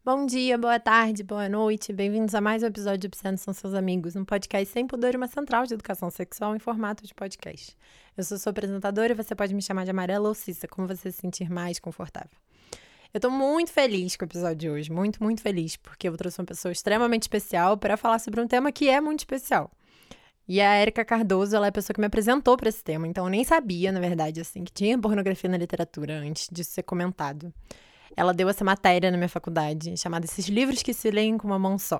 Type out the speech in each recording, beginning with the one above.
Bom dia, boa tarde, boa noite, bem-vindos a mais um episódio de Obscenos São Seus Amigos, um podcast sem pudor e uma central de educação sexual em formato de podcast. Eu sou sua apresentadora e você pode me chamar de Amarela ou Cissa, como você se sentir mais confortável. Eu tô muito feliz com o episódio de hoje, muito, muito feliz, porque eu trouxe uma pessoa extremamente especial para falar sobre um tema que é muito especial. E a Érica Cardoso, ela é a pessoa que me apresentou para esse tema, então eu nem sabia, na verdade, assim, que tinha pornografia na literatura antes disso ser comentado. Ela deu essa matéria na minha faculdade, chamada Esses Livros que se leem com uma mão só.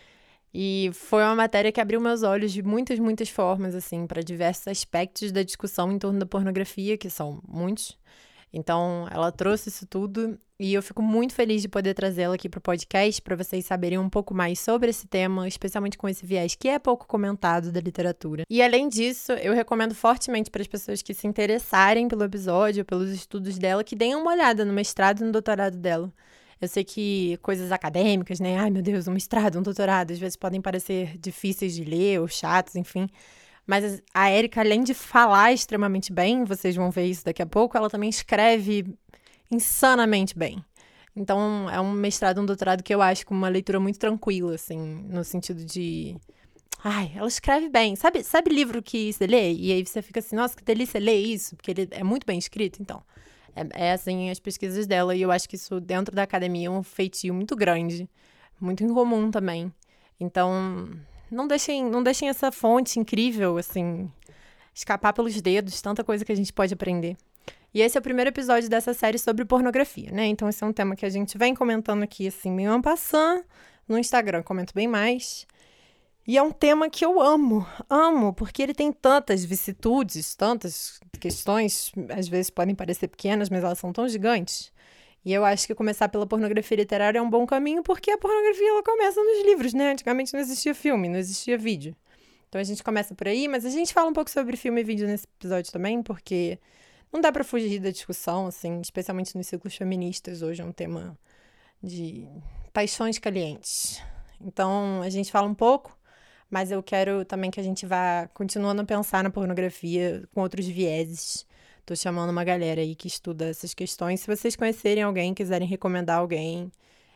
E foi uma matéria que abriu meus olhos de muitas, muitas formas, assim, para diversos aspectos da discussão em torno da pornografia, que são muitos. Então, ela trouxe isso tudo e eu fico muito feliz de poder trazê-la aqui para o podcast, para vocês saberem um pouco mais sobre esse tema, especialmente com esse viés que é pouco comentado da literatura. E, além disso, eu recomendo fortemente para as pessoas que se interessarem pelo episódio, pelos estudos dela, que deem uma olhada no mestrado e no doutorado dela. Eu sei que coisas acadêmicas, né? Ai, meu Deus, um mestrado, um doutorado, às vezes podem parecer difíceis de ler ou chatos, enfim. Mas a Érica, além de falar extremamente bem, vocês vão ver isso daqui a pouco, ela também escreve insanamente bem. Então, é um mestrado, um doutorado que eu acho com uma leitura muito tranquila, assim, no sentido de... Ai, ela escreve bem. Sabe livro que você lê? E aí você fica assim, nossa, que delícia ler isso, porque ele é muito bem escrito, então. É assim, as pesquisas dela, e eu acho que isso, dentro da academia, é um feitio muito grande, muito incomum também. Então... Não deixem essa fonte incrível, assim, escapar pelos dedos, tanta coisa que a gente pode aprender. E esse é o primeiro episódio dessa série sobre pornografia, né? Então esse é um tema que a gente vem comentando aqui, assim, meio en passant, no Instagram, comento bem mais. E é um tema que eu amo, porque ele tem tantas vicissitudes, tantas questões, às vezes podem parecer pequenas, mas elas são tão gigantes. E eu acho que começar pela pornografia literária é um bom caminho, porque a pornografia ela começa nos livros, né? Antigamente não existia filme, não existia vídeo. Então a gente começa por aí, mas a gente fala um pouco sobre filme e vídeo nesse episódio também, porque não dá pra fugir da discussão, assim, especialmente nos ciclos feministas. Hoje é um tema de paixões calientes. Então a gente fala um pouco, mas eu quero também que a gente vá continuando a pensar na pornografia com outros vieses. Tô chamando uma galera aí que estuda essas questões. Se vocês conhecerem alguém, quiserem recomendar alguém,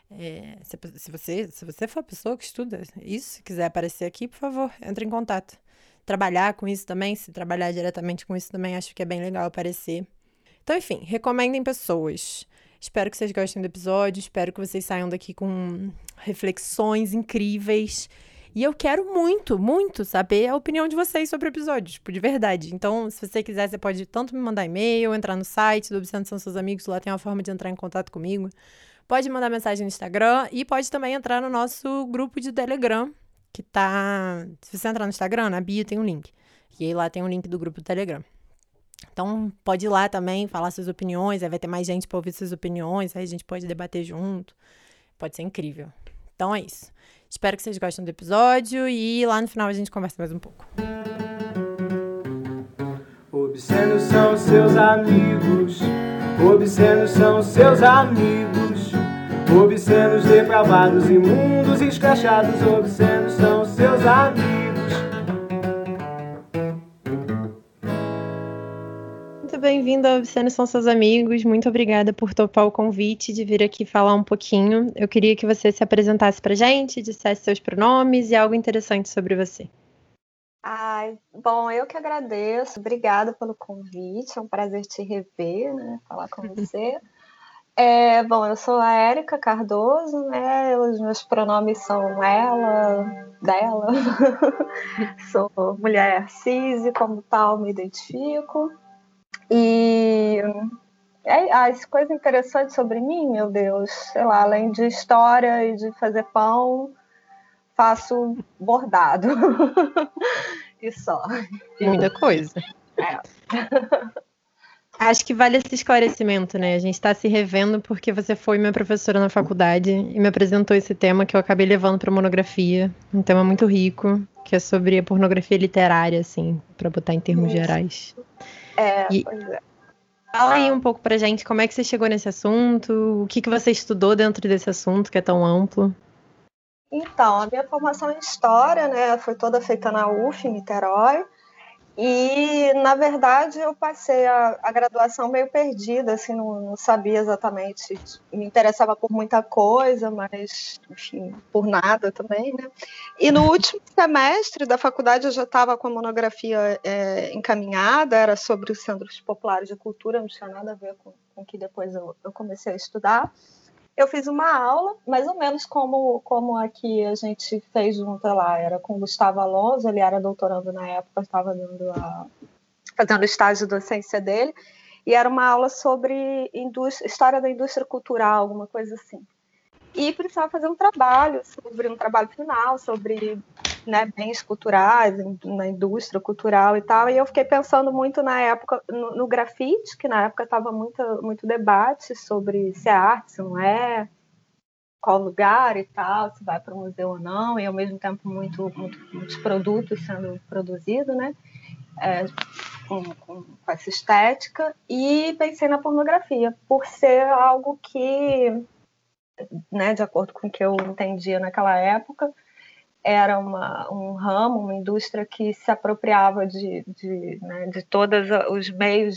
se você for a pessoa que estuda isso, quiser aparecer aqui, por favor, entre em contato. Trabalhar com isso também, se trabalhar diretamente com isso também, acho que é bem legal aparecer. Então, enfim, recomendem pessoas. Espero que vocês gostem do episódio, espero que vocês saiam daqui com reflexões incríveis. E eu quero muito, muito saber a opinião de vocês sobre o episódio, tipo, de verdade. Então, se você quiser, você pode tanto me mandar e-mail, entrar no site do Obscenos São Seus Amigos, lá tem uma forma de entrar em contato comigo. Pode mandar mensagem no Instagram e pode também entrar no nosso grupo de Telegram, que tá... Se você entrar no Instagram, na bio tem um link. E aí lá tem um link do grupo do Telegram. Então, pode ir lá também, falar suas opiniões, aí vai ter mais gente pra ouvir suas opiniões, aí a gente pode debater junto. Pode ser incrível. Então, é isso. Espero que vocês gostem do episódio e lá no final a gente conversa mais um pouco. Obscenos são seus amigos, obscenos são seus amigos, obscenos, depravados, imundos, escrachados, obscenos são seus amigos. Muito bem-vindo ao Obscenos São Seus Amigos. Muito obrigada por topar o convite de vir aqui falar um pouquinho. Eu queria que você se apresentasse pra gente, dissesse seus pronomes e algo interessante sobre você. Ai, bom, eu que agradeço. Obrigada pelo convite. É um prazer te rever, né? Falar com você. Bom, eu sou a Érica Cardoso, né? Os meus pronomes são ela, dela. Sou mulher cis e como tal me identifico. E as coisas interessantes sobre mim, meu Deus, sei lá, além de história e de fazer pão, faço bordado. E só. Muita coisa. Acho que vale esse esclarecimento, né? A gente tá se revendo porque você foi minha professora na faculdade e me apresentou esse tema que eu acabei levando pra monografia. Um tema muito rico, que é sobre a pornografia literária, assim, pra botar em termos gerais. Pois é. Fala aí um pouco pra gente como é que você chegou nesse assunto, o que você estudou dentro desse assunto que é tão amplo. Então, a minha formação em História, né, foi toda feita na UF, em Niterói, E, na verdade, eu passei a graduação meio perdida, assim, não sabia exatamente, me interessava por muita coisa, mas, enfim, por nada também, né? E no último semestre da faculdade eu já estava com a monografia encaminhada, era sobre os centros populares de cultura, não tinha nada a ver com o que depois eu comecei a estudar. Eu fiz uma aula, mais ou menos como a que a gente fez junto lá, era com o Gustavo Alonso, ele era doutorando na época, estava fazendo estágio de docência dele, e era uma aula sobre história da indústria cultural, alguma coisa assim. E precisava fazer um trabalho final, sobre bens culturais, na indústria cultural e tal, e eu fiquei pensando muito na época, no grafite, que na época estava muito debate sobre se é arte, se não é, qual lugar e tal, se vai para o museu ou não, e ao mesmo tempo muitos produtos sendo produzidos, né? Com essa estética, e pensei na pornografia, por ser algo que, né, de acordo com o que eu entendia naquela época, era um ramo, uma indústria que se apropriava de todos os meios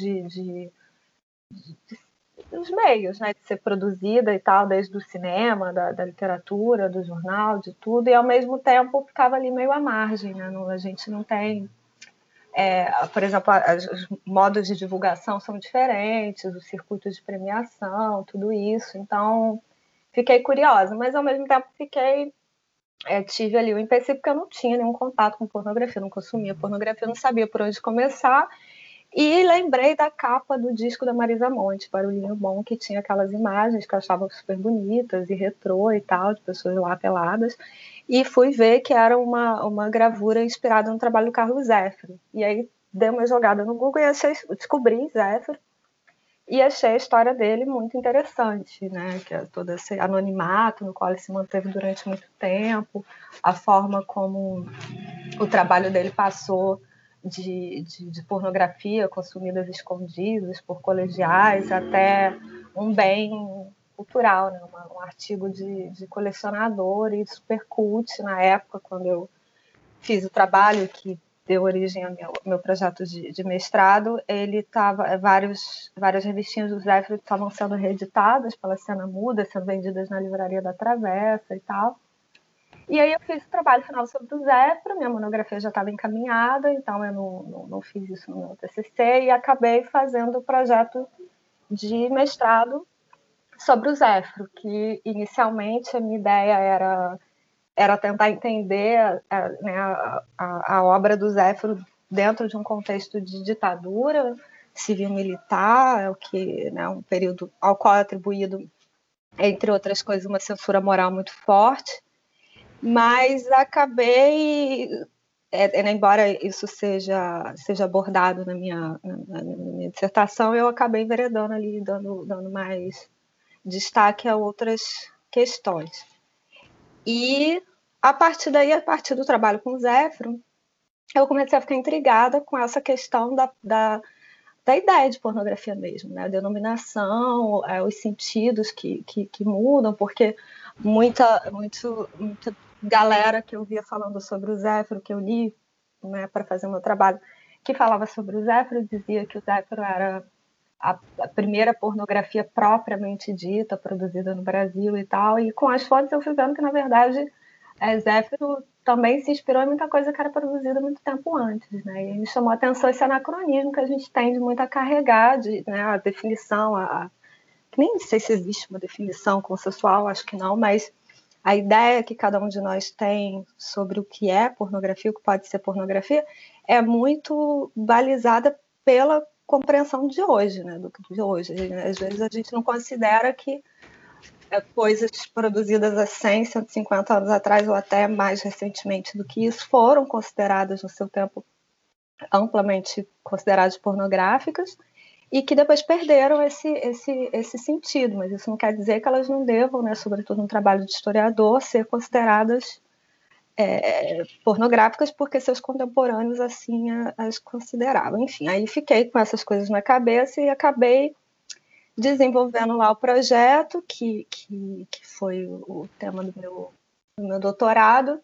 os meios, né, de ser produzida e tal, desde o cinema, da literatura, do jornal, de tudo, e ao mesmo tempo ficava ali meio à margem, né? A gente não tem, por exemplo, os modos de divulgação são diferentes, os circuitos de premiação, tudo isso, então fiquei curiosa, mas ao mesmo tempo tive ali o empecilho porque eu não tinha nenhum contato com pornografia, não consumia pornografia, não sabia por onde começar. E lembrei da capa do disco da Marisa Monte, Barulhinho Bom, que tinha aquelas imagens que eu achava super bonitas e retrô e tal, de pessoas lá peladas. E fui ver que era uma gravura inspirada no trabalho do Carlos Zéfiro. E aí dei uma jogada no Google e descobri Zéfiro. E achei a história dele muito interessante, né? Que é todo esse anonimato no qual ele se manteve durante muito tempo, a forma como o trabalho dele passou de pornografia consumidas escondidas por colegiais até um bem cultural, né? Um artigo de colecionador e super cult na época, quando eu fiz o trabalho que deu origem ao meu projeto de mestrado. Ele estava, várias revistinhas do Zéfiro estavam sendo reeditadas pela Cena Muda, sendo vendidas na Livraria da Travessa e tal. E aí eu fiz o trabalho final sobre o Zéfiro, minha monografia já estava encaminhada, então eu não fiz isso no meu TCC, e acabei fazendo o projeto de mestrado sobre o Zéfiro, que inicialmente a minha ideia era tentar entender a obra do Zéfiro dentro de um contexto de ditadura civil-militar, um período ao qual é atribuído, entre outras coisas, uma censura moral muito forte, mas acabei, embora isso seja abordado na minha dissertação, eu acabei enveredando ali, dando mais destaque a outras questões. E a partir do trabalho com o Zéfiro, eu comecei a ficar intrigada com essa questão da ideia de pornografia mesmo, né? A denominação, os sentidos que mudam, porque muita galera que eu via falando sobre o Zéfiro, que eu li, né, para fazer o meu trabalho, que falava sobre o Zéfiro, dizia que o Zéfiro era a primeira pornografia propriamente dita, produzida no Brasil e tal, e com as fontes eu fui vendo que, na verdade, Zéfiro também se inspirou em muita coisa que era produzida muito tempo antes, né? E me chamou a atenção esse anacronismo que a gente tende muito a carregar, né, a definição, que nem sei se existe uma definição consensual, acho que não, mas a ideia que cada um de nós tem sobre o que é pornografia, o que pode ser pornografia, é muito balizada pela compreensão de hoje, né? De hoje. Às vezes a gente não considera que coisas produzidas há 100, 150 anos atrás, ou até mais recentemente do que isso, foram consideradas no seu tempo amplamente consideradas pornográficas, e que depois perderam esse sentido, mas isso não quer dizer que elas não devam, né, sobretudo no trabalho de historiador, ser consideradas pornográficas, porque seus contemporâneos assim as consideravam. Enfim, aí fiquei com essas coisas na cabeça e acabei desenvolvendo lá o projeto, que foi o tema do meu doutorado,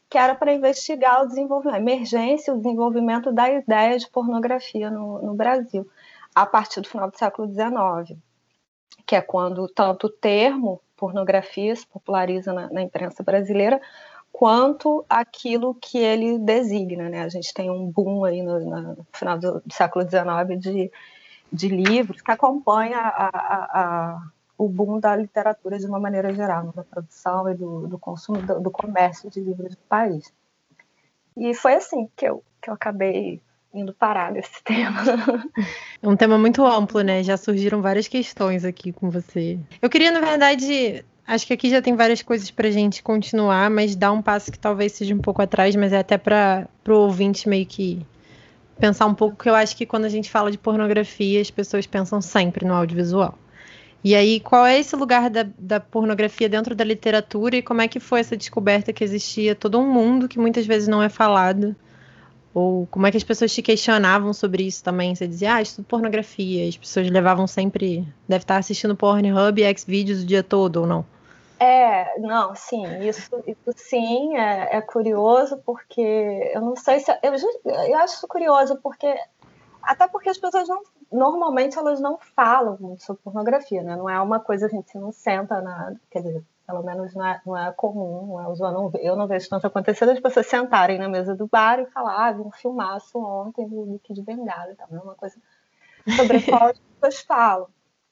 que era para investigar o desenvolvimento, a emergência e o desenvolvimento da ideia de pornografia no Brasil, a partir do final do século XIX, que é quando tanto o termo pornografia se populariza na imprensa brasileira, quanto aquilo que ele designa, né? A gente tem um boom aí no final do século XIX de livros que acompanha o boom da literatura de uma maneira geral, né? Da produção e do consumo, do comércio de livros do país. E foi assim que eu acabei indo parar nesse tema. É um tema muito amplo, né? Já surgiram várias questões aqui com você. Eu queria, na verdade, acho que aqui já tem várias coisas pra gente continuar, mas dar um passo que talvez seja um pouco atrás, mas é até para pro ouvinte meio que pensar um pouco, que eu acho que quando a gente fala de pornografia, as pessoas pensam sempre no audiovisual. E aí, qual é esse lugar da pornografia dentro da literatura e como é que foi essa descoberta que existia todo um mundo que muitas vezes não é falado? Ou como é que as pessoas te questionavam sobre isso também? Você dizia, estudo pornografia. As pessoas levavam sempre... Deve estar assistindo Pornhub e Xvideos o dia todo, ou não? Não, sim, isso sim é curioso, porque eu não sei se. Eu acho curioso, até porque as pessoas normalmente elas não falam muito sobre pornografia, né? Não é uma coisa, a gente não senta quer dizer, pelo menos não é comum, não é, eu não vejo tanto acontecer das pessoas sentarem na mesa do bar e falar, vi um filmaço ontem do Kid Bengala e tal, não é uma coisa sobre a qual as pessoas falam.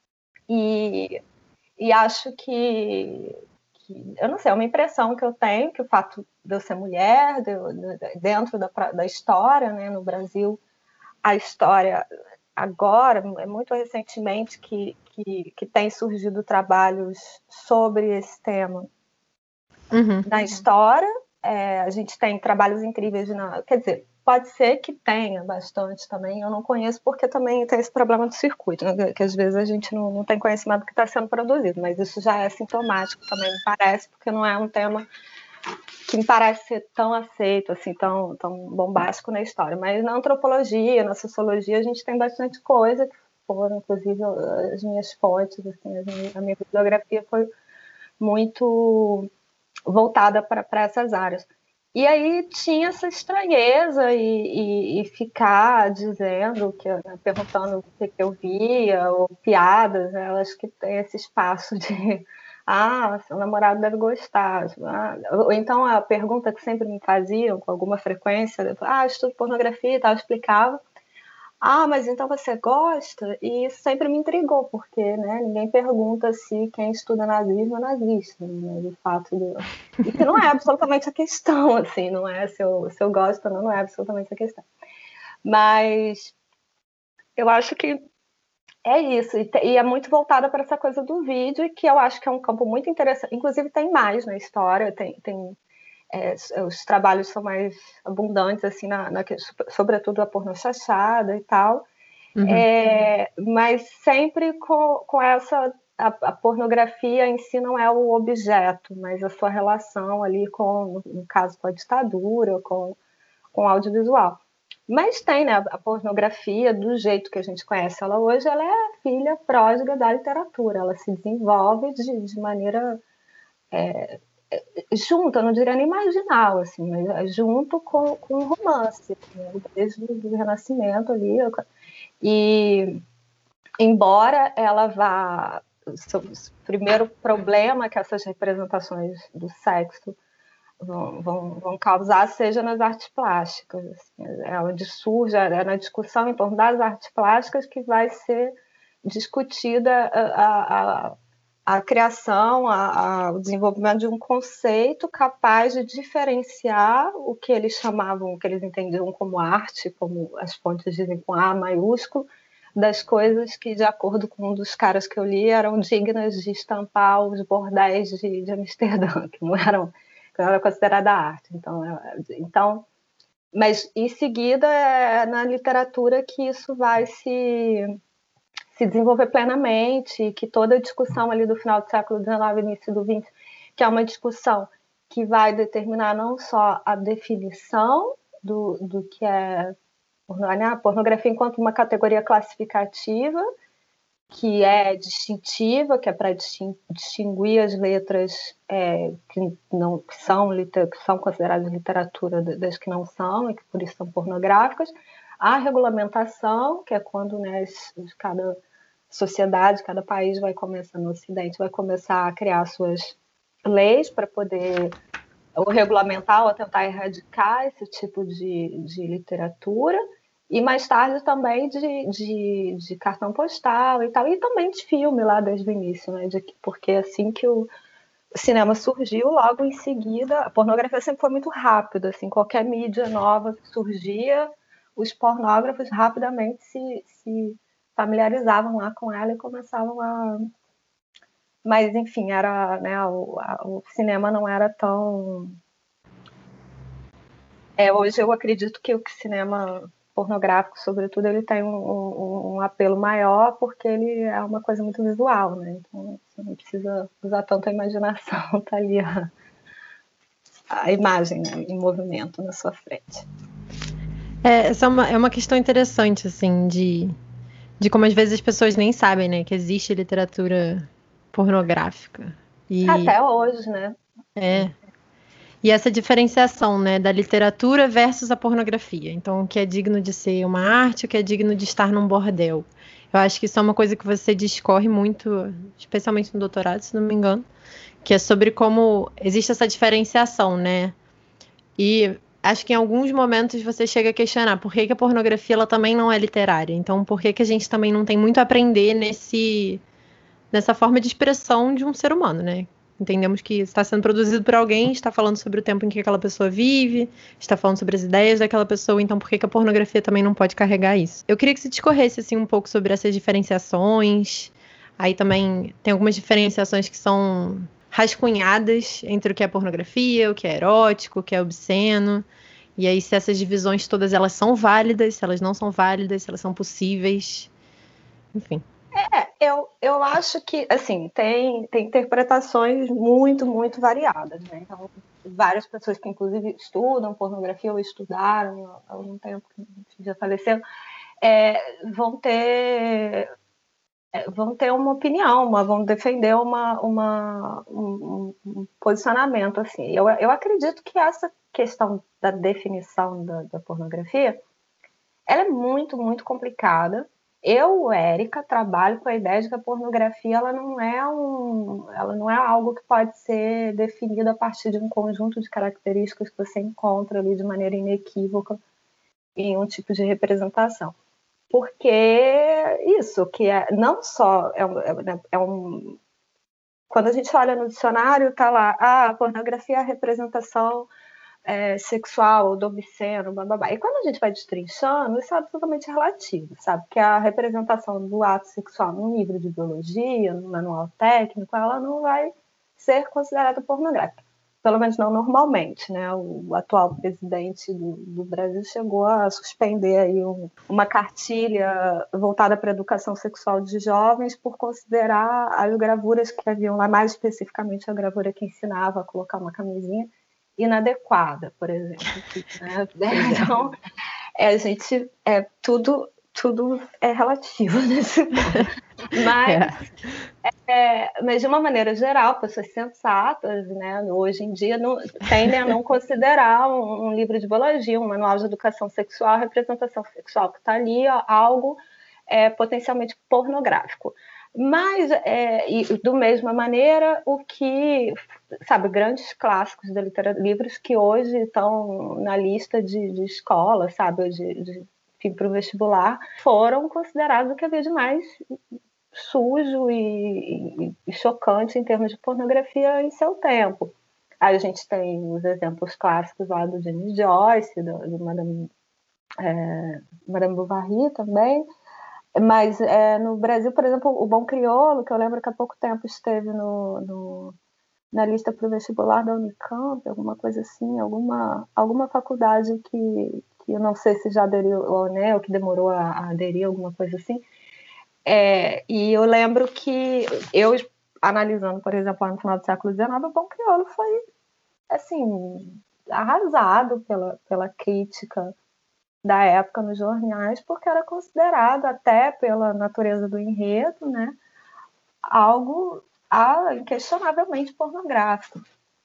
E acho que, eu não sei, é uma impressão que eu tenho, que o fato de eu ser mulher, dentro da história, né, no Brasil, a história agora, é muito recentemente que tem surgido trabalhos sobre esse tema na história. A gente tem trabalhos incríveis, quer dizer, pode ser que tenha bastante também, eu não conheço, porque também tem esse problema do circuito, né, que às vezes a gente não tem conhecimento do que está sendo produzido, mas isso já é sintomático também, me parece, porque não é um tema que me parece ser tão aceito, assim, tão bombástico na história. Mas na antropologia, na sociologia, a gente tem bastante coisa, que foram, inclusive, as minhas fontes, assim, a minha bibliografia foi muito voltada para essas áreas. E aí tinha essa estranheza e ficar dizendo, perguntando o que eu via, ou piadas, né? Eu acho que tem esse espaço de seu namorado deve gostar. Ou então a pergunta que sempre me faziam com alguma frequência, estudo pornografia e tal, eu explicava. Mas então você gosta? E isso sempre me intrigou, porque, né, ninguém pergunta se quem estuda nazismo é nazista, né, de fato. E que não é absolutamente a questão, assim, não é se eu gosto ou não é absolutamente a questão. Mas eu acho que é isso, e é muito voltada para essa coisa do vídeo, que eu acho que é um campo muito interessante. Inclusive tem mais na história, os trabalhos são mais abundantes, assim, sobretudo a pornochanchada e tal, mas sempre com essa... A pornografia em si não é o objeto, mas a sua relação ali no caso, com a ditadura, com o audiovisual. Mas tem, né, a pornografia, do jeito que a gente conhece ela hoje, ela é a filha pródiga da literatura, ela se desenvolve de maneira junto, eu não diria nem marginal, assim, mas junto com o romance, né, desde o Renascimento ali. E embora ela vá... O primeiro problema que essas representações do sexo vão causar seja nas artes plásticas. Assim, onde surge, na discussão em torno das artes plásticas que vai ser discutida a criação, o desenvolvimento de um conceito capaz de diferenciar o que eles chamavam, o que eles entendiam como arte, como as fontes dizem com A maiúsculo, das coisas que, de acordo com um dos caras que eu li, eram dignas de estampar os bordéis de Amsterdã, que não era considerada arte. Então, mas em seguida é na literatura que isso vai se desenvolver plenamente, que toda a discussão ali do final do século XIX, início do XX, que é uma discussão que vai determinar não só a definição do que é a pornografia enquanto uma categoria classificativa, que é distintiva, que é para distinguir as letras que são consideradas literatura das que não são, e que por isso são pornográficas. A regulamentação, que é quando, né, cada sociedade, cada país vai começar, no Ocidente, vai começar a criar suas leis para poder ou regulamentar ou tentar erradicar esse tipo de literatura. E mais tarde também de cartão postal e tal, e também de filme lá desde o início, né? Porque assim que o cinema surgiu, logo em seguida, a pornografia sempre foi muito rápida, assim, qualquer mídia nova que surgia, os pornógrafos rapidamente se familiarizavam lá com ela e começavam a... Mas, enfim, era, né, o cinema não era tão... hoje eu acredito que o cinema pornográfico, sobretudo, ele tem um apelo maior porque ele é uma coisa muito visual, né? Então você não precisa usar tanta imaginação, tá ali a imagem, né, em movimento na sua frente. Essa é uma questão interessante, assim, de como às vezes as pessoas nem sabem, né, que existe literatura pornográfica. Até hoje, né? E essa diferenciação, né, da literatura versus a pornografia. Então, o que é digno de ser uma arte, o que é digno de estar num bordel. Eu acho que isso é uma coisa que você discorre muito, especialmente no doutorado, se não me engano, que é sobre como existe essa diferenciação, né? E acho que em alguns momentos você chega a questionar por que a pornografia ela também não é literária. Então, por que a gente também não tem muito a aprender nessa forma de expressão de um ser humano, né? Entendemos que está sendo produzido por alguém, está falando sobre o tempo em que aquela pessoa vive, está falando sobre as ideias daquela pessoa, então por que a pornografia também não pode carregar isso? Eu queria que você discorresse assim, um pouco sobre essas diferenciações. Aí também tem algumas diferenciações que são rascunhadas entre o que é pornografia, o que é erótico, o que é obsceno. E aí se essas divisões todas elas são válidas, se elas não são válidas, se elas são possíveis. Enfim. Eu acho que, assim, tem interpretações muito, muito variadas, né? Então, várias pessoas que, inclusive, estudam pornografia ou estudaram há algum tempo, que já faleceram, vão ter uma opinião, vão defender um posicionamento, assim. Eu acredito que essa questão da definição da pornografia, ela é muito, muito complicada. Eu, Érica, trabalho com a ideia de que a pornografia ela não é algo que pode ser definido a partir de um conjunto de características que você encontra ali de maneira inequívoca em um tipo de representação. Porque isso, que não só quando a gente olha no dicionário, tá lá, a pornografia é a representação sexual, do obsceno, blá, blá, blá. E quando a gente vai destrinchando, isso é absolutamente relativo, sabe? Que a representação do ato sexual num livro de biologia, num manual técnico, ela não vai ser considerada pornográfica. Pelo menos não normalmente, né? O atual presidente do Brasil chegou a suspender aí uma cartilha voltada para a educação sexual de jovens por considerar as gravuras que haviam lá, mais especificamente a gravura que ensinava a colocar uma camisinha, inadequada, por exemplo. Né? Então, a gente tudo é relativo nesse ponto. Mas de uma maneira geral, pessoas sensatas, né, hoje em dia tendem a não considerar um livro de biologia, um manual de educação sexual, representação sexual que está ali, algo potencialmente pornográfico. Mas, e do mesma maneira, o que, sabe, grandes clássicos da literatura, livros que hoje estão na lista de escola, sabe, para o vestibular, foram considerados o que havia de mais sujo e chocante em termos de pornografia em seu tempo. Aí a gente tem os exemplos clássicos lá do James Joyce, do Madame Bovary também. Mas no Brasil, por exemplo, o Bom Crioulo, que eu lembro que há pouco tempo esteve na lista para o vestibular da Unicamp, alguma coisa assim, alguma faculdade que eu não sei se já aderiu ou, né, ou que demorou a aderir, alguma coisa assim. E eu lembro que eu, analisando, por exemplo, lá no final do século XIX, o Bom Crioulo foi, assim, arrasado pela crítica da época nos jornais, porque era considerado, até pela natureza do enredo, né, algo inquestionavelmente pornográfico.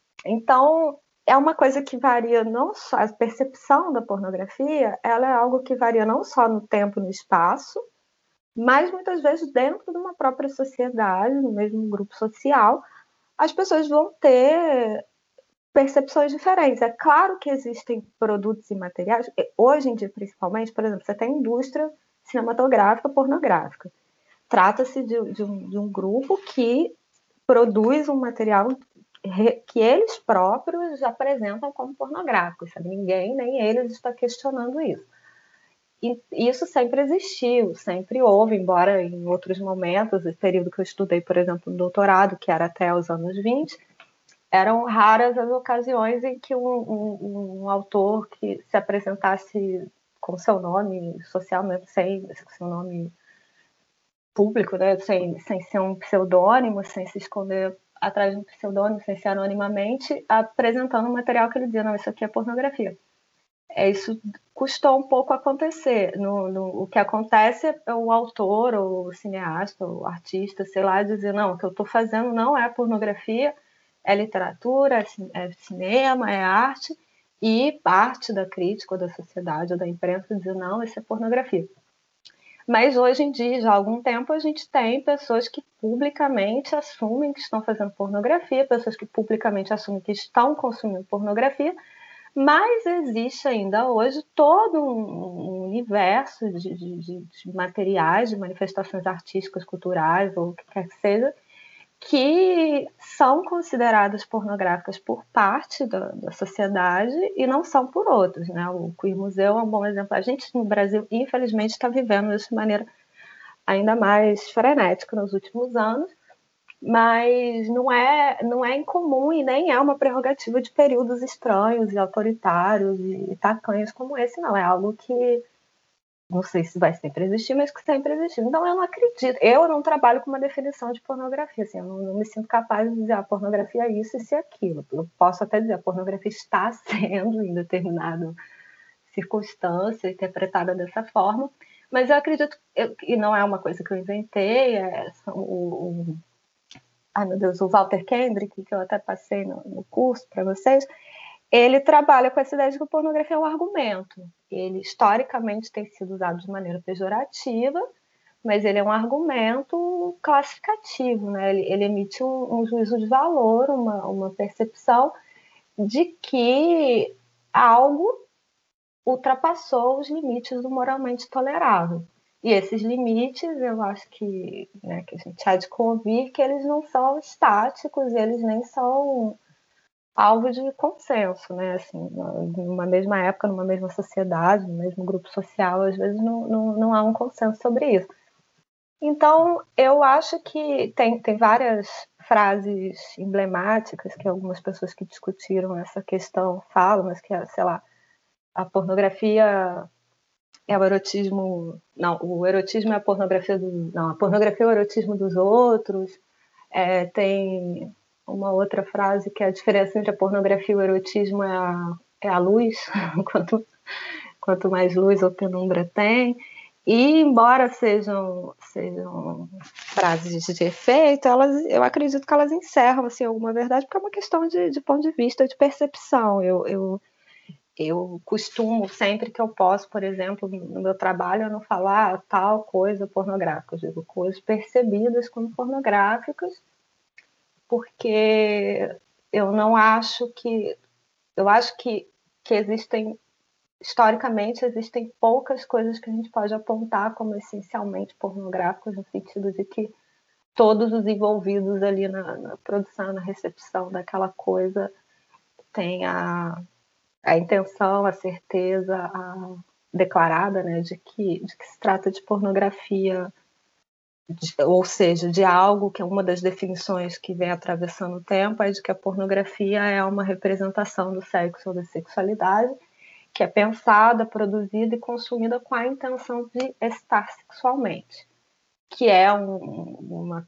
Então, é uma coisa que varia não só, a percepção da pornografia, ela é algo que varia não só no tempo e no espaço, mas muitas vezes dentro de uma própria sociedade, no mesmo grupo social, as pessoas vão ter percepções diferentes. É claro que existem produtos e materiais, hoje em dia principalmente, por exemplo, você tem indústria cinematográfica pornográfica. Trata-se de um grupo que produz um material que eles próprios apresentam como pornográfico, sabe? Ninguém, nem eles, está questionando isso. E isso sempre existiu, sempre houve, embora em outros momentos, esse período que eu estudei, por exemplo, no doutorado, que era até os anos 20, eram raras as ocasiões em que um autor que se apresentasse com seu nome socialmente, sem seu nome público, né, sem ser um pseudônimo, sem se esconder atrás de um pseudônimo, sem ser anonimamente, apresentando um material que ele dizia, não, isso aqui é pornografia. Isso custou um pouco acontecer. O que acontece é o autor, ou o cineasta, ou o artista, sei lá, dizer, não, o que eu estou fazendo não é pornografia, é literatura, é cinema, é arte, e parte da crítica, ou da sociedade, ou da imprensa dizer, não, isso é pornografia. Mas hoje em dia, já há algum tempo, a gente tem pessoas que publicamente assumem que estão fazendo pornografia, pessoas que publicamente assumem que estão consumindo pornografia, mas existe ainda hoje todo um universo de materiais, de manifestações artísticas, culturais, ou o que quer que seja, que são consideradas pornográficas por parte da sociedade e não são por outros, né? O Queer Museu é um bom exemplo. A gente no Brasil, infelizmente, está vivendo isso de maneira ainda mais frenética nos últimos anos, mas não é incomum e nem é uma prerrogativa de períodos estranhos e autoritários e tacanhos como esse, não. É algo que não sei se vai sempre existir, mas que sempre existiu. Então, eu não acredito. Eu não trabalho com uma definição de pornografia. Assim, eu não me sinto capaz de dizer a pornografia é isso e isso e aquilo. Eu posso até dizer a pornografia está sendo, em determinada circunstância, interpretada dessa forma, mas eu acredito, e não é uma coisa que eu inventei, ai meu Deus, o Walter Kendrick, que eu até passei no curso para vocês, ele trabalha com essa ideia de que a pornografia é um argumento. Ele, historicamente, tem sido usado de maneira pejorativa, mas ele é um argumento classificativo, né? Ele emite um juízo de valor, uma percepção de que algo ultrapassou os limites do moralmente tolerável. E esses limites, eu acho que, né, que a gente há de convir que eles não são estáticos, eles nem são alvo de consenso, né? Assim, numa mesma época, numa mesma sociedade, no mesmo grupo social, às vezes não há um consenso sobre isso. Então, eu acho que tem várias frases emblemáticas que algumas pessoas que discutiram essa questão falam, mas que, sei lá, a pornografia é o erotismo... Não, o erotismo é a pornografia do... Não, a pornografia é o erotismo dos outros. Tem uma outra frase que a diferença entre a pornografia e o erotismo é a luz, quanto mais luz ou penumbra tem. E, embora sejam frases de efeito, eu acredito que elas encerram assim, alguma verdade, porque é uma questão de ponto de vista, de percepção. Eu costumo, sempre que eu posso, por exemplo, no meu trabalho, eu não falar tal coisa pornográfica, eu digo coisas percebidas como pornográficas, porque eu não acho que... Eu acho que existem, historicamente, existem poucas coisas que a gente pode apontar como essencialmente pornográficas, no sentido de que todos os envolvidos ali na produção, na recepção daquela coisa têm a intenção, a certeza declarada, né, de que se trata de pornografia, ou seja, de algo que é uma das definições que vem atravessando o tempo, é de que a pornografia é uma representação do sexo ou da sexualidade, que é pensada, produzida e consumida com a intenção de estar sexualmente, que é uma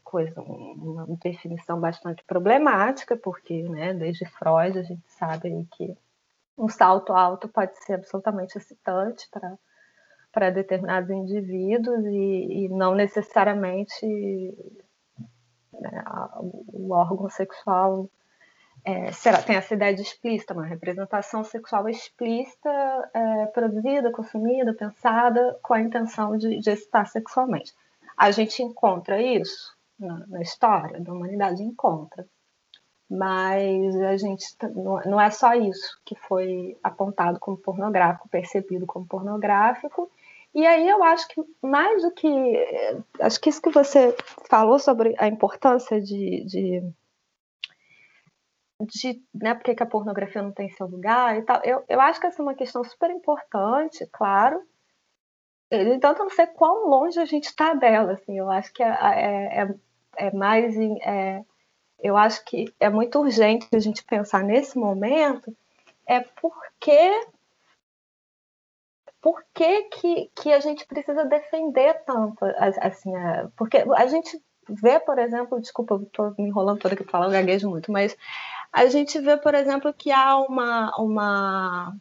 definição bastante problemática, porque, né, desde Freud a gente sabe que um salto alto pode ser absolutamente excitante para determinados indivíduos e não necessariamente, né, o órgão sexual tem essa ideia de explícita, uma representação sexual explícita, produzida, consumida, pensada com a intenção de excitar sexualmente. A gente encontra isso na história da humanidade, encontra. Mas a gente não é só isso que foi apontado como pornográfico, percebido como pornográfico. E aí eu acho que mais do que... Acho que isso que você falou sobre a importância de né, porque que a pornografia não tem seu lugar e tal, eu acho que essa é uma questão super importante, claro. Então, eu não sei quão longe a gente está dela, assim, eu acho que mais... eu acho que é muito urgente a gente pensar nesse momento por que a gente precisa defender tanto, assim, porque a gente vê, por exemplo, desculpa, eu estou me enrolando toda aqui falando, gaguejo muito, mas a gente vê, por exemplo, que há uma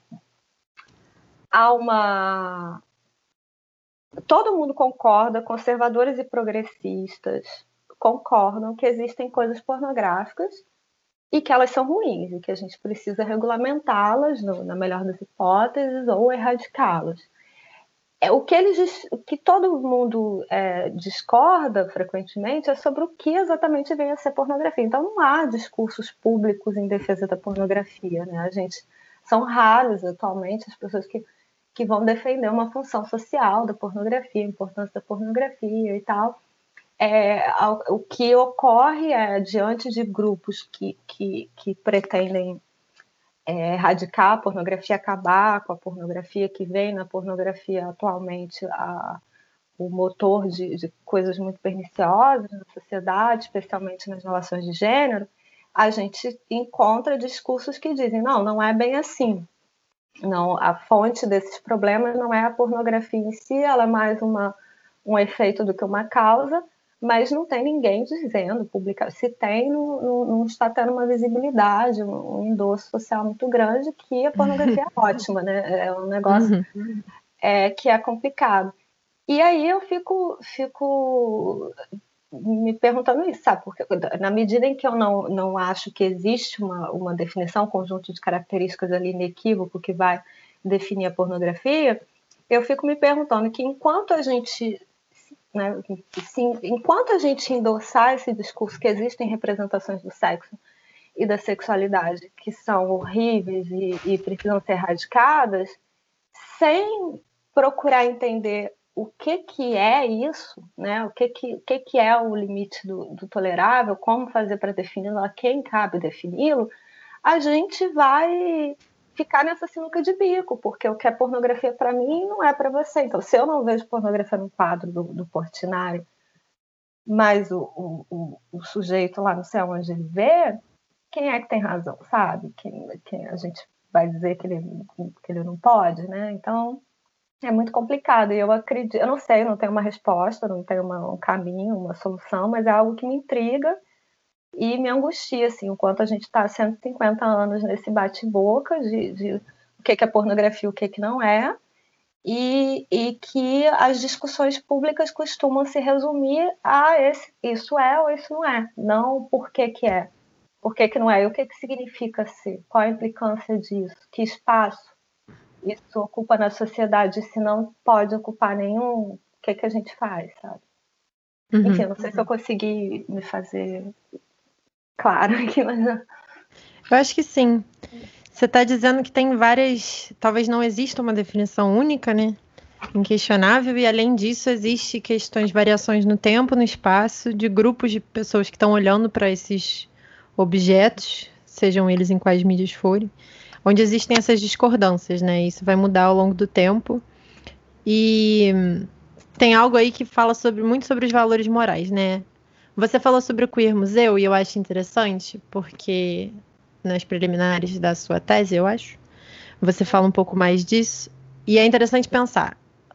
todo mundo concorda, conservadores e progressistas concordam que existem coisas pornográficas e que elas são ruins e que a gente precisa regulamentá-las, na melhor das hipóteses, ou erradicá-las. O que todo mundo discorda frequentemente é sobre o que exatamente vem a ser pornografia. Então, não há discursos públicos em defesa da pornografia, né? São raros atualmente as pessoas que vão defender uma função social da pornografia, a importância da pornografia e tal. O que ocorre diante de grupos que pretendem erradicar a pornografia, acabar com a pornografia, que vem na pornografia atualmente o motor de coisas muito perniciosas na sociedade, especialmente nas relações de gênero, a gente encontra discursos que dizem, não é bem assim. Não, a fonte desses problemas não é a pornografia em si, ela é mais um efeito do que uma causa, mas não tem ninguém dizendo, se tem, não está tendo uma visibilidade, um endosso social muito grande, que a pornografia é ótima, né? É um negócio que é complicado. E aí eu fico me perguntando isso, sabe? Porque na medida em que eu não acho que existe uma definição, um conjunto de características ali inequívoco que vai definir a pornografia, eu fico me perguntando que enquanto a gente endossar esse discurso que existem representações do sexo e da sexualidade que são horríveis e precisam ser erradicadas, sem procurar entender o que é isso, né? O que é o limite do tolerável, como fazer para defini-lo, a quem cabe defini-lo, a gente vai ficar nessa sinuca de bico, porque o que é pornografia para mim não é para você. Então, se eu não vejo pornografia no quadro do Portinari, mas o sujeito lá não sei onde ele vê, quem é que tem razão, sabe? Quem a gente vai dizer que ele não pode, né? Então, é muito complicado. E eu acredito, eu não sei, não tenho uma resposta, não tenho um caminho, uma solução, mas é algo que me intriga e me angustia, assim, enquanto a gente está há 150 anos nesse bate-boca de o que é pornografia, o que não é, e que as discussões públicas costumam se resumir a isso é ou isso não o porquê que é, por que não é, e o que significa ser, qual a implicância disso, que espaço isso ocupa na sociedade, se não pode ocupar nenhum, o que a gente faz, sabe? Enfim, não sei se eu consegui me fazer claro aqui, mas... Eu acho que sim. Você está dizendo que tem várias... Talvez não exista uma definição única, né? Inquestionável, e além disso, existe questões, variações no tempo, no espaço, de grupos de pessoas que estão olhando para esses objetos, sejam eles em quais mídias forem, onde existem essas discordâncias, né? Isso vai mudar ao longo do tempo. E tem algo aí que fala muito sobre os valores morais, né? Você falou sobre o Queer Museu e eu acho interessante, porque nas preliminares da sua tese, eu acho, você fala um pouco mais disso. E é interessante pensar,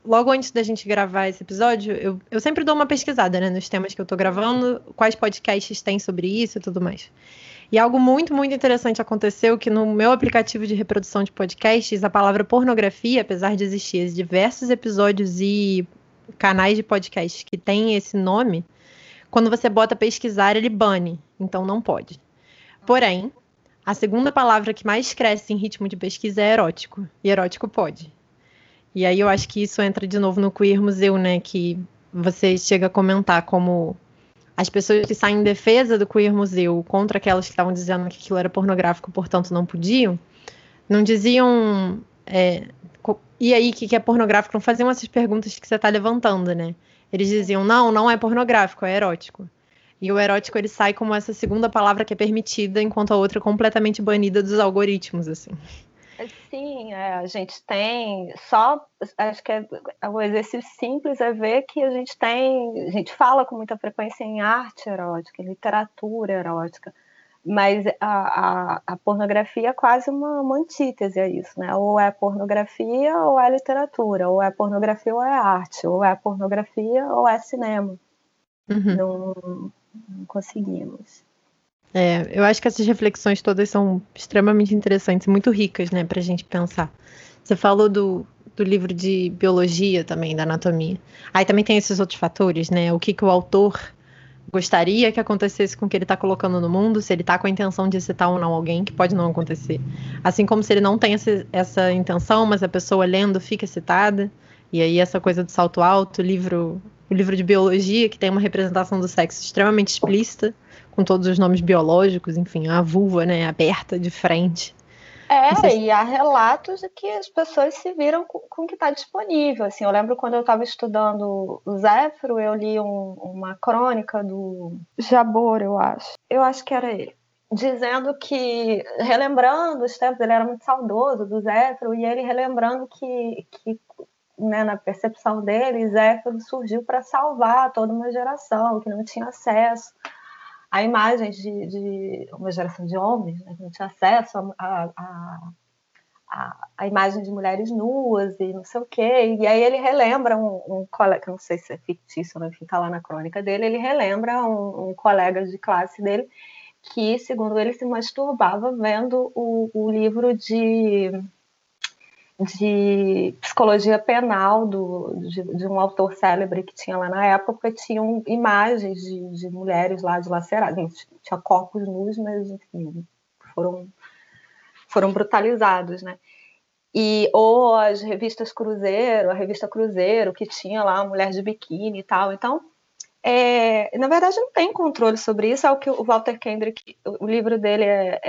logo antes da gente gravar esse episódio, eu sempre dou uma pesquisada, né, nos temas que eu tô gravando, quais podcasts tem sobre isso e tudo mais. E algo muito, muito interessante aconteceu, que no meu aplicativo de reprodução de podcasts, a palavra pornografia, apesar de existir diversos episódios e canais de podcasts que têm esse nome, quando você bota pesquisar, ele bane, então não pode. Porém, a segunda palavra que mais cresce em ritmo de pesquisa é erótico, e erótico pode. E aí eu acho que isso entra de novo no Queer Museu, né, que você chega a comentar como as pessoas que saem em defesa do Queer Museu contra aquelas que estavam dizendo que aquilo era pornográfico, portanto não podiam, não diziam e aí, o que é pornográfico? Não faziam essas perguntas que você está levantando, né? Eles diziam, não é pornográfico, é erótico. E o erótico, ele sai como essa segunda palavra que é permitida, enquanto a outra é completamente banida dos algoritmos, assim. Sim, a gente tem só, acho que o exercício simples é ver que a gente fala com muita frequência em arte erótica, em literatura erótica, mas a pornografia é quase uma antítese a isso, né? Ou é pornografia ou é literatura, ou é pornografia ou é arte, ou é pornografia ou é cinema. Não conseguimos. Eu acho que essas reflexões todas são extremamente interessantes e muito ricas, né, pra gente pensar. Você falou do livro de biologia também, da anatomia. Aí também tem esses outros fatores, né? O que o autor gostaria que acontecesse com o que ele está colocando no mundo, se ele está com a intenção de citar ou não alguém, que pode não acontecer. Assim como se ele não tem essa intenção, mas a pessoa lendo fica citada. E aí essa coisa do salto alto, o livro de biologia, que tem uma representação do sexo extremamente explícita, com todos os nomes biológicos, enfim, a vulva, né, aberta de frente. E há relatos de que as pessoas se viram com o que está disponível. Assim, eu lembro quando eu estava estudando o Zéfiro, eu li uma crônica do Jabor, eu acho. Eu acho que era ele. Dizendo que, relembrando os tempos, ele era muito saudoso do Zéfiro, e ele relembrando que né, na percepção dele, Zéfiro surgiu para salvar toda uma geração que não tinha acesso a imagens de uma geração de homens, né, que não tinha acesso a imagem de mulheres nuas e não sei o quê. E aí ele relembra um colega, não sei se é fictício, mas enfim, está lá na crônica dele, ele relembra um colega de classe dele que, segundo ele, se masturbava vendo o livro de psicologia penal de um autor célebre que tinha lá na época, tinham imagens de mulheres lá dilaceradas, tinha corpos nus, mas enfim, foram brutalizados, né? Ou as revistas Cruzeiro, a revista Cruzeiro, que tinha lá a mulher de biquíni e tal. Então, na verdade, não tem controle sobre isso. É o que o Walter Kendrick, o livro dele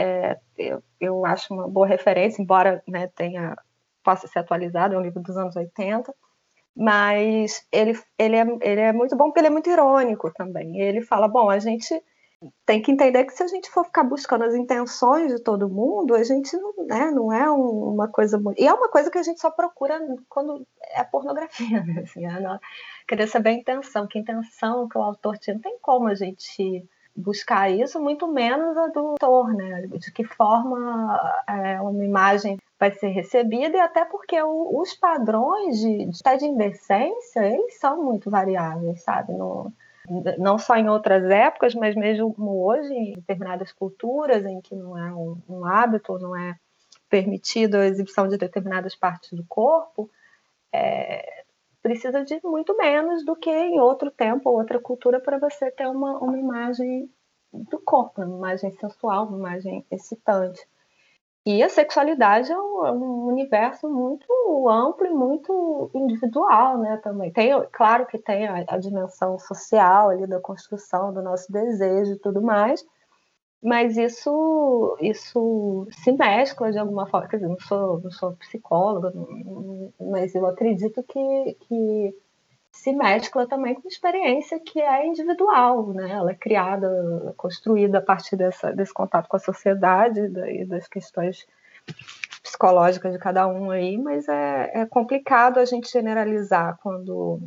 eu acho uma boa referência, embora, né, possa ser atualizado, é um livro dos anos 80, mas ele é muito bom porque ele é muito irônico também. Ele fala, bom, a gente tem que entender que se a gente for ficar buscando as intenções de todo mundo, a gente não é uma coisa... E é uma coisa que a gente só procura quando é pornografia, né? Assim, querer saber a intenção, que intenção que o autor tinha. Não tem como a gente buscar isso, muito menos a do autor, né? De que forma uma imagem vai ser recebida, e até porque os padrões de indecência, eles são muito variáveis, sabe? Não só em outras épocas, mas mesmo hoje, em determinadas culturas em que não é um hábito, não é permitido a exibição de determinadas partes do corpo, precisa de muito menos do que em outro tempo, outra cultura, para você ter uma imagem do corpo, uma imagem sensual, uma imagem excitante. E a sexualidade é um universo muito amplo e muito individual, né, também. Claro que tem a dimensão social ali da construção do nosso desejo e tudo mais, mas isso se mescla de alguma forma. Quer dizer, não sou psicóloga, mas eu acredito que se mescla também com experiência que é individual, né? Ela é criada, construída a partir desse contato com a sociedade e das questões psicológicas de cada um aí, mas é complicado a gente generalizar quando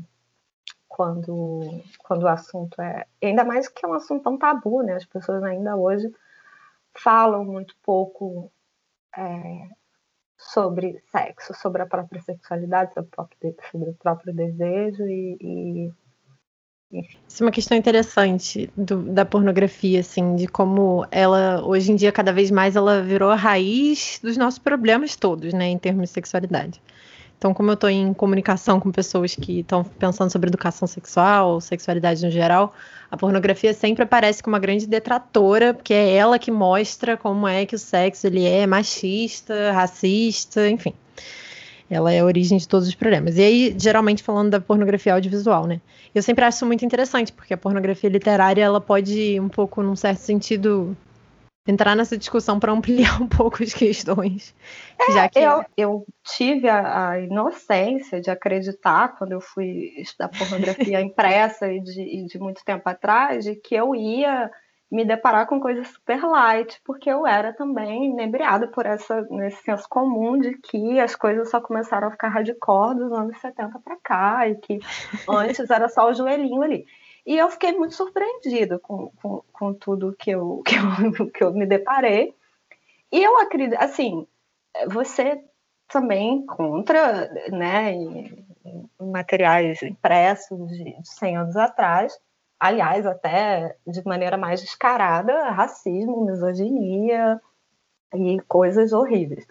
o assunto ainda mais que é um assunto tão tabu, né? As pessoas ainda hoje falam muito pouco sobre sexo, sobre a própria sexualidade, sobre o próprio desejo e Isso é uma questão interessante da pornografia, assim, de como ela, hoje em dia, cada vez mais, ela virou a raiz dos nossos problemas todos, né, em termos de sexualidade. Então, como eu estou em comunicação com pessoas que estão pensando sobre educação sexual, sexualidade no geral, a pornografia sempre aparece como uma grande detratora, porque é ela que mostra como é que o sexo ele é machista, racista, enfim. Ela é a origem de todos os problemas. E aí, geralmente falando da pornografia audiovisual, né? Eu sempre acho isso muito interessante, porque a pornografia literária, ela pode, um pouco, num certo sentido, entrar nessa discussão para ampliar um pouco as questões. Já que eu tive a inocência de acreditar, quando eu fui estudar pornografia impressa e de muito tempo atrás, de que eu ia me deparar com coisas super light, porque eu era também inebriada por nesse senso comum de que as coisas só começaram a ficar hardcore dos anos 70 para cá, e que antes era só o joelhinho ali. E eu fiquei muito surpreendida com tudo que eu me deparei. E eu acredito, assim, você também encontra, né, em materiais impressos de 100 anos atrás, aliás, até de maneira mais descarada, racismo, misoginia e coisas horríveis.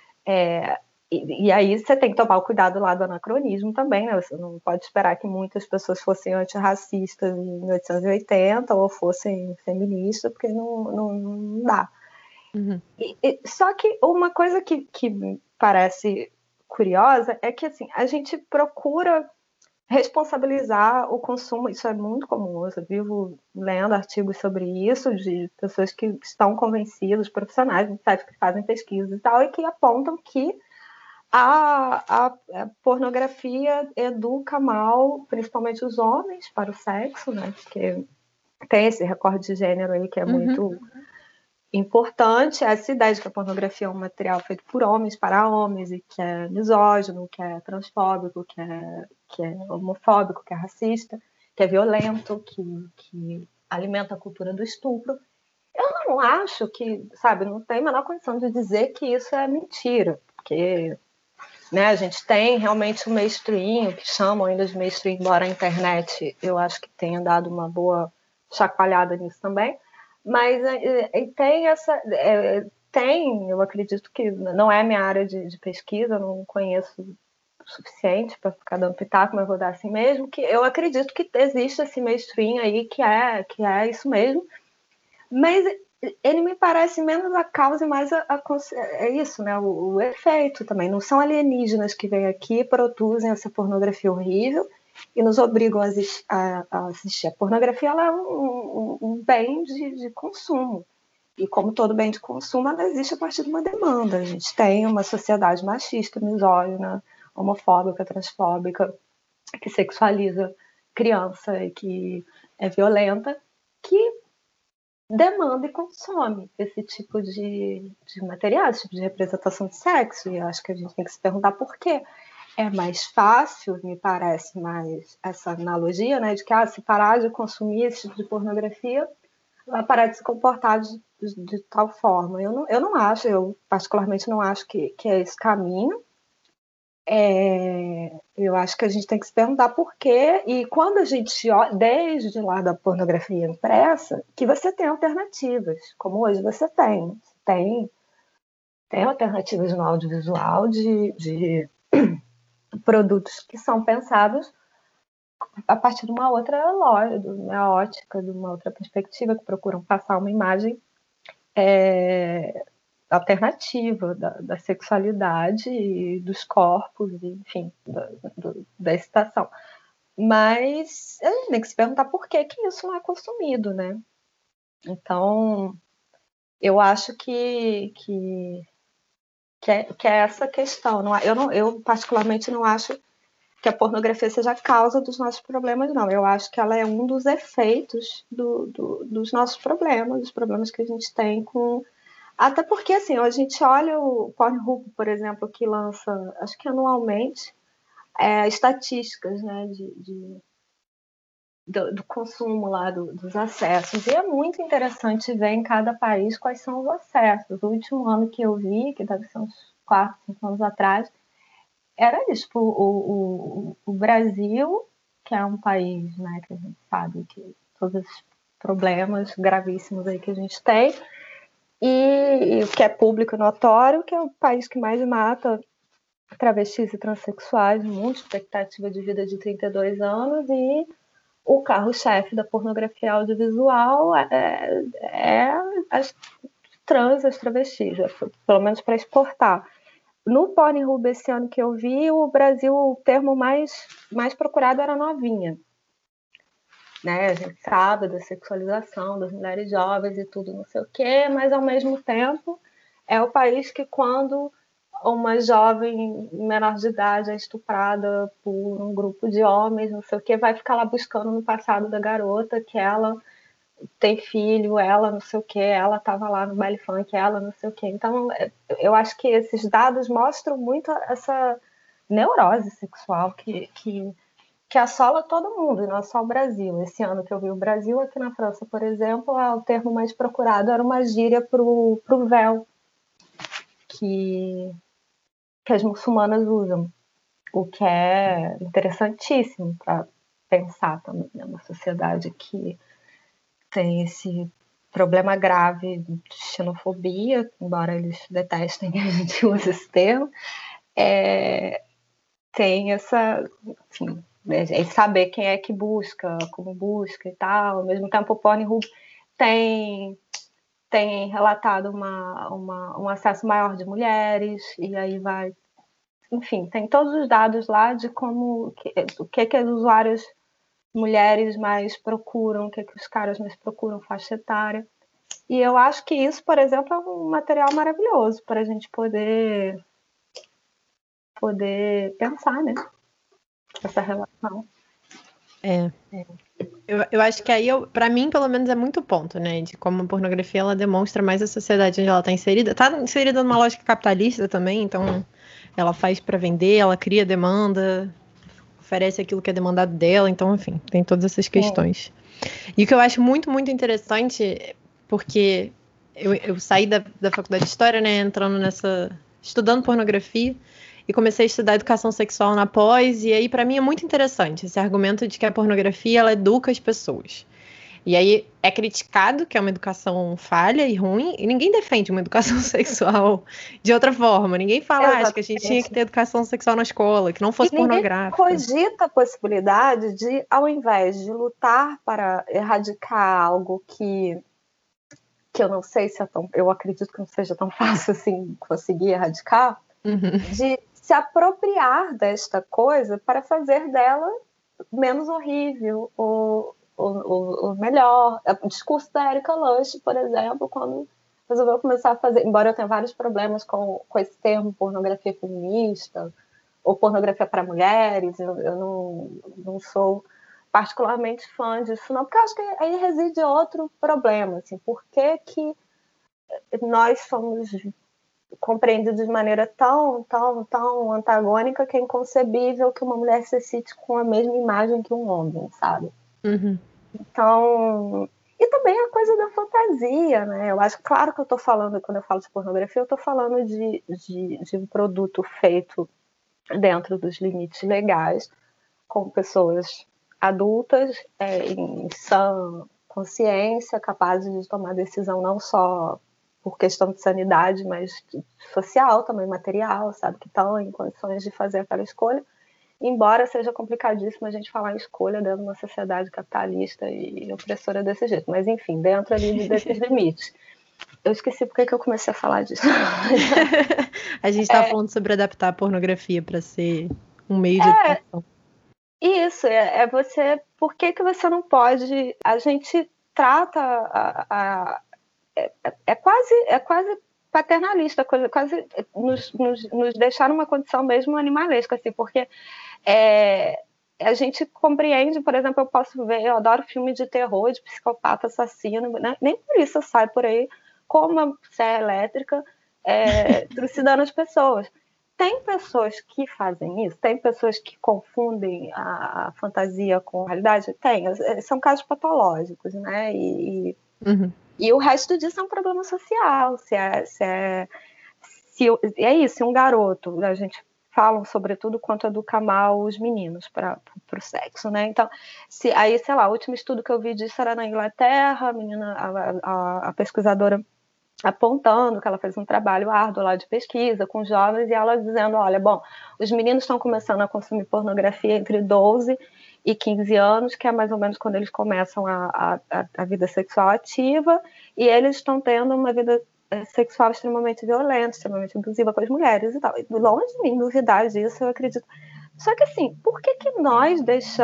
E aí você tem que tomar o cuidado lá do anacronismo também, né? Você não pode esperar que muitas pessoas fossem antirracistas em 1880 ou fossem feministas, porque não dá. Uhum. Só que uma coisa que me parece curiosa é que assim, a gente procura responsabilizar o consumo, isso é muito comum, eu vivo lendo artigos sobre isso, de pessoas que estão convencidas, profissionais que fazem pesquisas e tal, e que apontam que a pornografia educa mal, principalmente os homens, para o sexo, né? Porque tem esse recorte de gênero aí que é muito importante, essa ideia de que a pornografia é um material feito por homens para homens e que é misógino, que é transfóbico, que é homofóbico, que é racista, que é violento, que alimenta a cultura do estupro. Eu não acho que, sabe, não tem a menor condição de dizer que isso é mentira, porque, né, a gente tem realmente o mainstream, que chamam ainda de mainstream, embora a internet eu acho que tenha dado uma boa chacoalhada nisso também. Mas tem eu acredito que não é minha área de pesquisa, não conheço o suficiente para ficar dando pitaco, mas eu vou dar assim mesmo, que eu acredito que existe esse mainstream aí que é isso mesmo, mas ele me parece menos a causa e mais é isso, né? O efeito também. Não são alienígenas que vêm aqui, produzem essa pornografia horrível e nos obrigam a assistir. A pornografia ela é um bem de consumo. E como todo bem de consumo, ela existe a partir de uma demanda. A gente tem uma sociedade machista, misógina, homofóbica, transfóbica, que sexualiza criança e que é violenta, que demanda e consome esse tipo de material, esse tipo de representação de sexo. E eu acho que a gente tem que se perguntar por quê. É mais fácil, me parece mais essa analogia, né, de que se parar de consumir esse tipo de pornografia, vai parar de se comportar de tal forma. Eu não acho, eu particularmente não acho que é esse caminho. Eu acho que a gente tem que se perguntar por quê, e quando a gente olha, desde lá da pornografia impressa, que você tem alternativas, como hoje você tem. Tem alternativas no audiovisual de produtos que são pensados a partir de uma outra loja, de uma ótica, de uma outra perspectiva, que procuram passar uma imagem alternativa da sexualidade e dos corpos, enfim, da excitação. Mas a gente tem que se perguntar por que isso não é consumido, né? Então, eu acho que é essa questão. Eu particularmente não acho que a pornografia seja a causa dos nossos problemas, não. Eu acho que ela é um dos efeitos dos nossos problemas, dos problemas que a gente tem com... Até porque, assim, a gente olha o Pornhub, por exemplo, que lança, acho que anualmente, estatísticas, né, do consumo lá, dos acessos. E é muito interessante ver em cada país quais são os acessos. O último ano que eu vi, que deve ser uns 4, 5 anos atrás, era isso. Tipo, o Brasil, que é um país, né, que a gente sabe que todos esses problemas gravíssimos aí que a gente tem, e que é público e notório, que é o país que mais mata travestis e transexuais no mundo, expectativa de vida de 32 anos, e o carro-chefe da pornografia audiovisual é as trans, as travestis, pelo menos para exportar. No Pornhub esse ano que eu vi, o Brasil, o termo mais procurado era novinha. Né? A gente sabe da sexualização das mulheres jovens e tudo, não sei o quê, mas ao mesmo tempo é o país que, quando uma jovem menor de idade é estuprada por um grupo de homens, não sei o quê, vai ficar lá buscando no passado da garota, que ela tem filho, ela não sei o quê, ela estava lá no baile funk, ela não sei o quê. Então, eu acho que esses dados mostram muito essa neurose sexual que assola todo mundo, e não só o Brasil. Esse ano que eu vi o Brasil, aqui na França, por exemplo, o termo mais procurado era uma gíria para o véu que as muçulmanas usam, o que é interessantíssimo para pensar também, né? Uma sociedade que tem esse problema grave de xenofobia, embora eles detestem que a gente use esse termo, tem essa, enfim, saber quem é que busca, como busca e tal. Ao mesmo tempo, o Pornhub tem relatado um acesso maior de mulheres, e aí vai, enfim, tem todos os dados lá de como o que as usuárias mulheres mais procuram, o que os caras mais procuram, faixa etária. E eu acho que isso, por exemplo, é um material maravilhoso para a gente poder pensar, né? Essa relação. Eu acho que aí, pra mim, pelo menos, é muito ponto, né? De como a pornografia, ela demonstra mais a sociedade onde ela tá inserida. Tá inserida numa lógica capitalista também, então ela faz pra vender, ela cria demanda, oferece aquilo que é demandado dela, então, enfim, tem todas essas questões. E o que eu acho muito, muito interessante, porque eu saí da faculdade de História, né, estudando pornografia, e comecei a estudar educação sexual na pós, e aí, para mim, é muito interessante esse argumento de que a pornografia, ela educa as pessoas. E aí é criticado que é uma educação falha e ruim, e ninguém defende uma educação sexual de outra forma. Ninguém fala, acho que a gente tinha que ter educação sexual na escola, que não fosse pornográfica. Cogita a possibilidade de, ao invés de lutar para erradicar algo que eu não sei se eu acredito que não seja tão fácil assim conseguir erradicar, de se apropriar desta coisa para fazer dela menos horrível ou melhor. O discurso da Erika Lush, por exemplo, quando resolveu começar a fazer, embora eu tenha vários problemas com esse termo pornografia feminista ou pornografia para mulheres, eu não sou particularmente fã disso, não, porque eu acho que aí reside outro problema, assim, por que nós somos compreendidos de maneira tão antagônica que é inconcebível que uma mulher se excite com a mesma imagem que um homem, sabe? Então, e também a coisa da fantasia, né? Eu acho, claro que eu estou falando, quando eu falo de pornografia, eu estou falando de um produto feito dentro dos limites legais, com pessoas adultas, em sã consciência, capazes de tomar decisão não só por questão de sanidade, mas social, também material, sabe? Que estão em condições de fazer aquela escolha. Embora seja complicadíssimo a gente falar em escolha dentro de uma sociedade capitalista e opressora desse jeito. Mas, enfim, dentro ali desses limites. Eu esqueci porque que eu comecei a falar disso. A gente estava falando sobre adaptar a pornografia para ser um meio de educação. Isso, você... Por que você não pode... A gente trata é quase paternalista, quase nos deixar numa condição mesmo animalesca, assim, porque a gente compreende, por exemplo, eu adoro filme de terror, de psicopata assassino, né? Nem por isso eu saio por aí com uma serra elétrica trucidando as pessoas. Tem pessoas que fazem isso? Tem pessoas que confundem a fantasia com a realidade? Tem, são casos patológicos, né? E o resto disso é um problema social. é isso, se um garoto, a gente falam sobretudo quanto educar mal os meninos para o sexo, né? Então, aí, sei lá, o último estudo que eu vi disso era na Inglaterra, a menina, a pesquisadora apontando que ela fez um trabalho árduo lá de pesquisa com jovens, e ela dizendo, olha, bom, os meninos estão começando a consumir pornografia entre 12 e 15 anos, que é mais ou menos quando eles começam a vida sexual ativa, e eles estão tendo uma vida sexual extremamente violenta, extremamente abusiva com as mulheres e tal. E longe de mim duvidar disso, eu acredito. Só que assim, por que nós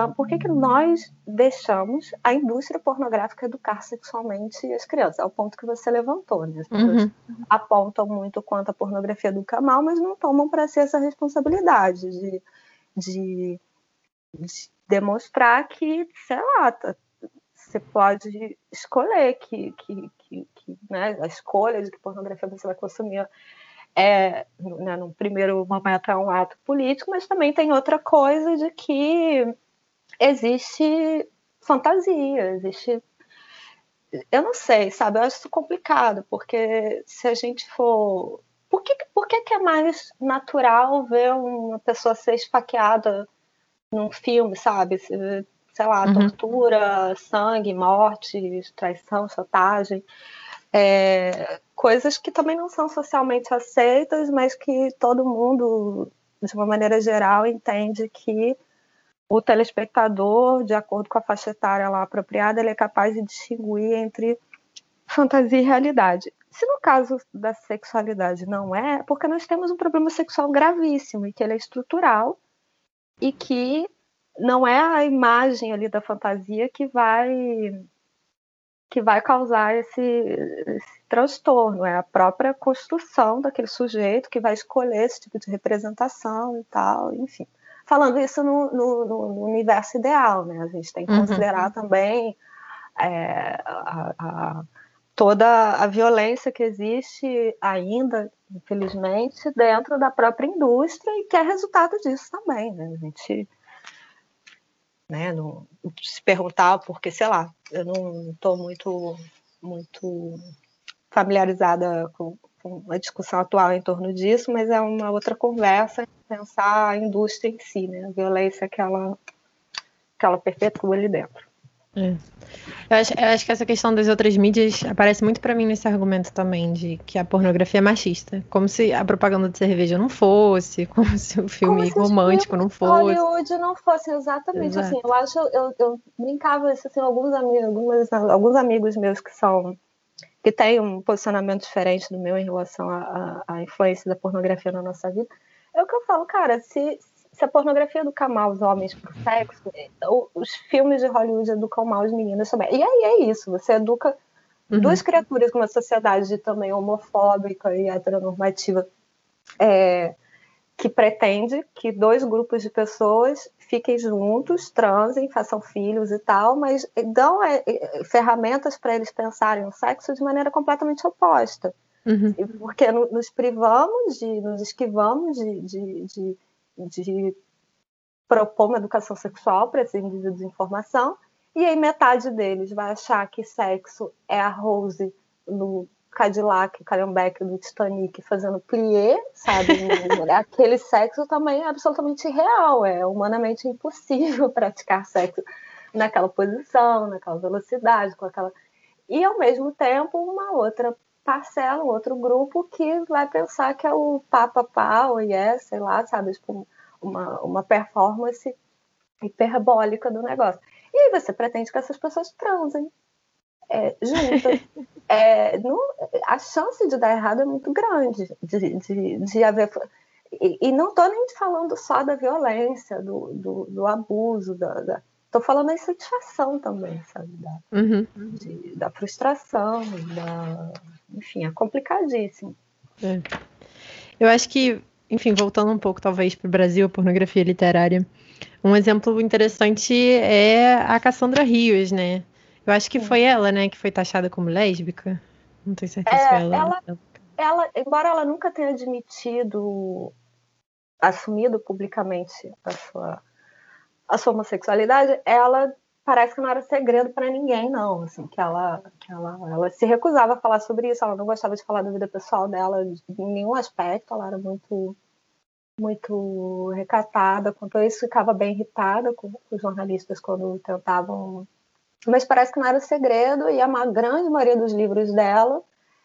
deixamos a indústria pornográfica educar sexualmente as crianças? É o ponto que você levantou, né? As pessoas apontam muito quanto a pornografia educa mal, mas não tomam para si essa responsabilidade de demonstrar que, sei lá, você pode escolher né, a escolha de que pornografia você vai consumir né, no primeiro momento é um ato político, mas também tem outra coisa de que existe fantasia, existe... Eu não sei, sabe? Eu acho isso complicado, porque se a gente for... Por que é mais natural ver uma pessoa ser esfaqueada num filme, sabe? Sei lá, tortura, sangue, morte, traição, chantagem. Coisas que também não são socialmente aceitas, mas que todo mundo, de uma maneira geral, entende que o telespectador, de acordo com a faixa etária lá apropriada, ele é capaz de distinguir entre fantasia e realidade. Se no caso da sexualidade não é, porque nós temos um problema sexual gravíssimo, e que ele é estrutural, e que não é a imagem ali da fantasia que vai causar esse transtorno, é a própria construção daquele sujeito que vai escolher esse tipo de representação e tal, enfim. Falando isso no universo ideal, né? A gente tem que considerar também toda a violência que existe ainda, infelizmente, dentro da própria indústria, e que é resultado disso também, né? A gente... Né, se perguntar, porque, sei lá, eu não estou muito familiarizada com a discussão atual em torno disso, mas é uma outra conversa pensar a indústria em si, né, a violência que ela perpetua ali dentro. Eu acho que essa questão das outras mídias aparece muito pra mim nesse argumento também, de que a pornografia é machista. Como se a propaganda de cerveja não fosse, como se o filme romântico não fosse. Hollywood não fosse exatamente. Exato. Assim, eu brincava isso, assim, alguns amigos meus que têm um posicionamento diferente do meu em relação à influência da pornografia na nossa vida. É o que eu falo, cara, se a pornografia educa mal os homens pro sexo, os filmes de Hollywood educam mal as meninas também. E aí é isso, você educa duas criaturas com uma sociedade também homofóbica e heteronormativa, que pretende que dois grupos de pessoas fiquem juntos, transem, façam filhos e tal, mas dão ferramentas para eles pensarem o sexo de maneira completamente oposta. Porque nos esquivamos de propor uma educação sexual para esses indivíduos de informação, e aí metade deles vai achar que sexo é a Rose no Cadillac, Calhambeque do Titanic fazendo plié, sabe? Aquele sexo também é absolutamente irreal, é humanamente impossível praticar sexo naquela posição, naquela velocidade, com aquela... E, ao mesmo tempo, uma outra parcela, um outro grupo que vai pensar que é o pá, sei lá, sabe? Tipo, uma performance hiperbólica do negócio. E aí você pretende que essas pessoas transem juntas. A chance de dar errado é muito grande, de haver... E não estou nem falando só da violência, do abuso, estou falando da insatisfação também, sabe? Da frustração, enfim, é complicadíssimo. Eu acho que, enfim, voltando um pouco talvez para o Brasil, a pornografia literária, um exemplo interessante é a Cassandra Rios, né? Eu acho que foi ela, né, que foi taxada como lésbica. Não tenho certeza se foi ela. Embora ela nunca tenha assumido publicamente a sua homossexualidade, ela parece que não era segredo para ninguém, não, assim, que ela se recusava a falar sobre isso, ela não gostava de falar da vida pessoal dela em nenhum aspecto, ela era muito recatada quanto a isso, ficava bem irritada com os jornalistas quando tentavam, mas parece que não era segredo, e a grande maioria dos livros dela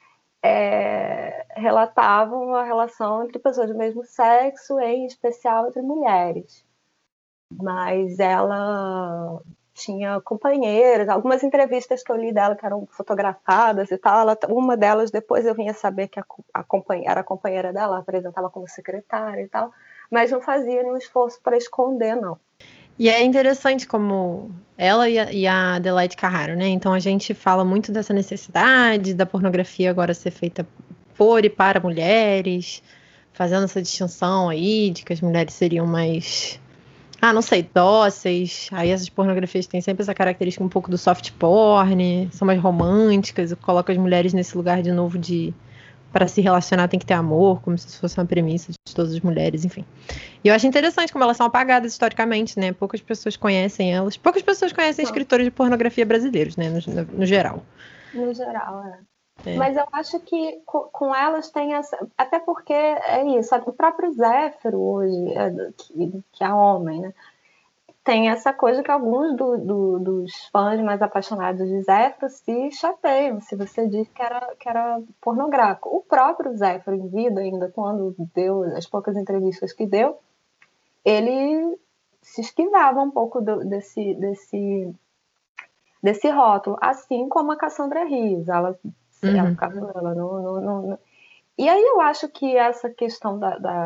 relatavam a relação entre pessoas do mesmo sexo, em especial entre mulheres. Mas ela tinha companheiras, algumas entrevistas que eu li dela que eram fotografadas e tal, uma delas depois eu vinha saber que era a companheira dela, apresentava como secretária e tal, mas não fazia nenhum esforço para esconder, não. E é interessante como ela e a Adelaide Carraro, né? Então a gente fala muito dessa necessidade da pornografia agora ser feita por e para mulheres, fazendo essa distinção aí de que as mulheres seriam mais, não sei, dóceis. Aí essas pornografias têm sempre essa característica um pouco do soft porn, são mais românticas, coloca as mulheres nesse lugar de novo de para se relacionar tem que ter amor, como se isso fosse uma premissa de todas as mulheres, enfim. E eu acho interessante como elas são apagadas historicamente, né? Poucas pessoas conhecem elas. Poucas pessoas conhecem escritores de pornografia brasileiros, né? No geral. No geral, Mas eu acho que com elas tem essa... Até porque é isso, o próprio Zéfiro hoje, que é homem, né? Tem essa coisa que alguns dos fãs mais apaixonados de Zéfiro se chateiam se você diz que era pornográfico. O próprio Zéfiro, em vida ainda, quando deu as poucas entrevistas que deu, ele se esquivava um pouco desse rótulo, assim como a Cassandra Rios. Ela não... E aí eu acho que essa questão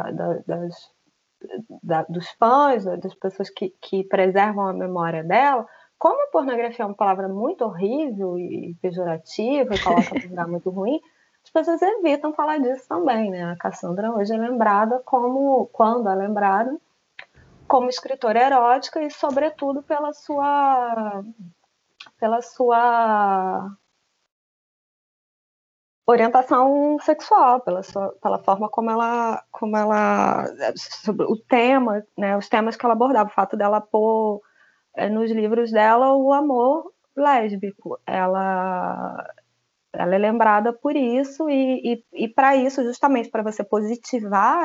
dos fãs, das pessoas que preservam a memória dela, como a pornografia é uma palavra muito horrível e pejorativa e coloca num lugar muito ruim, as pessoas evitam falar disso também, né? A Cassandra hoje é lembrada quando é lembrada, como escritora erótica e, sobretudo, pela sua orientação sexual, pela forma como ela sobre o tema, né, os temas que ela abordava, o fato dela pôr nos livros dela o amor lésbico. Ela é lembrada por isso e para isso, justamente para você positivar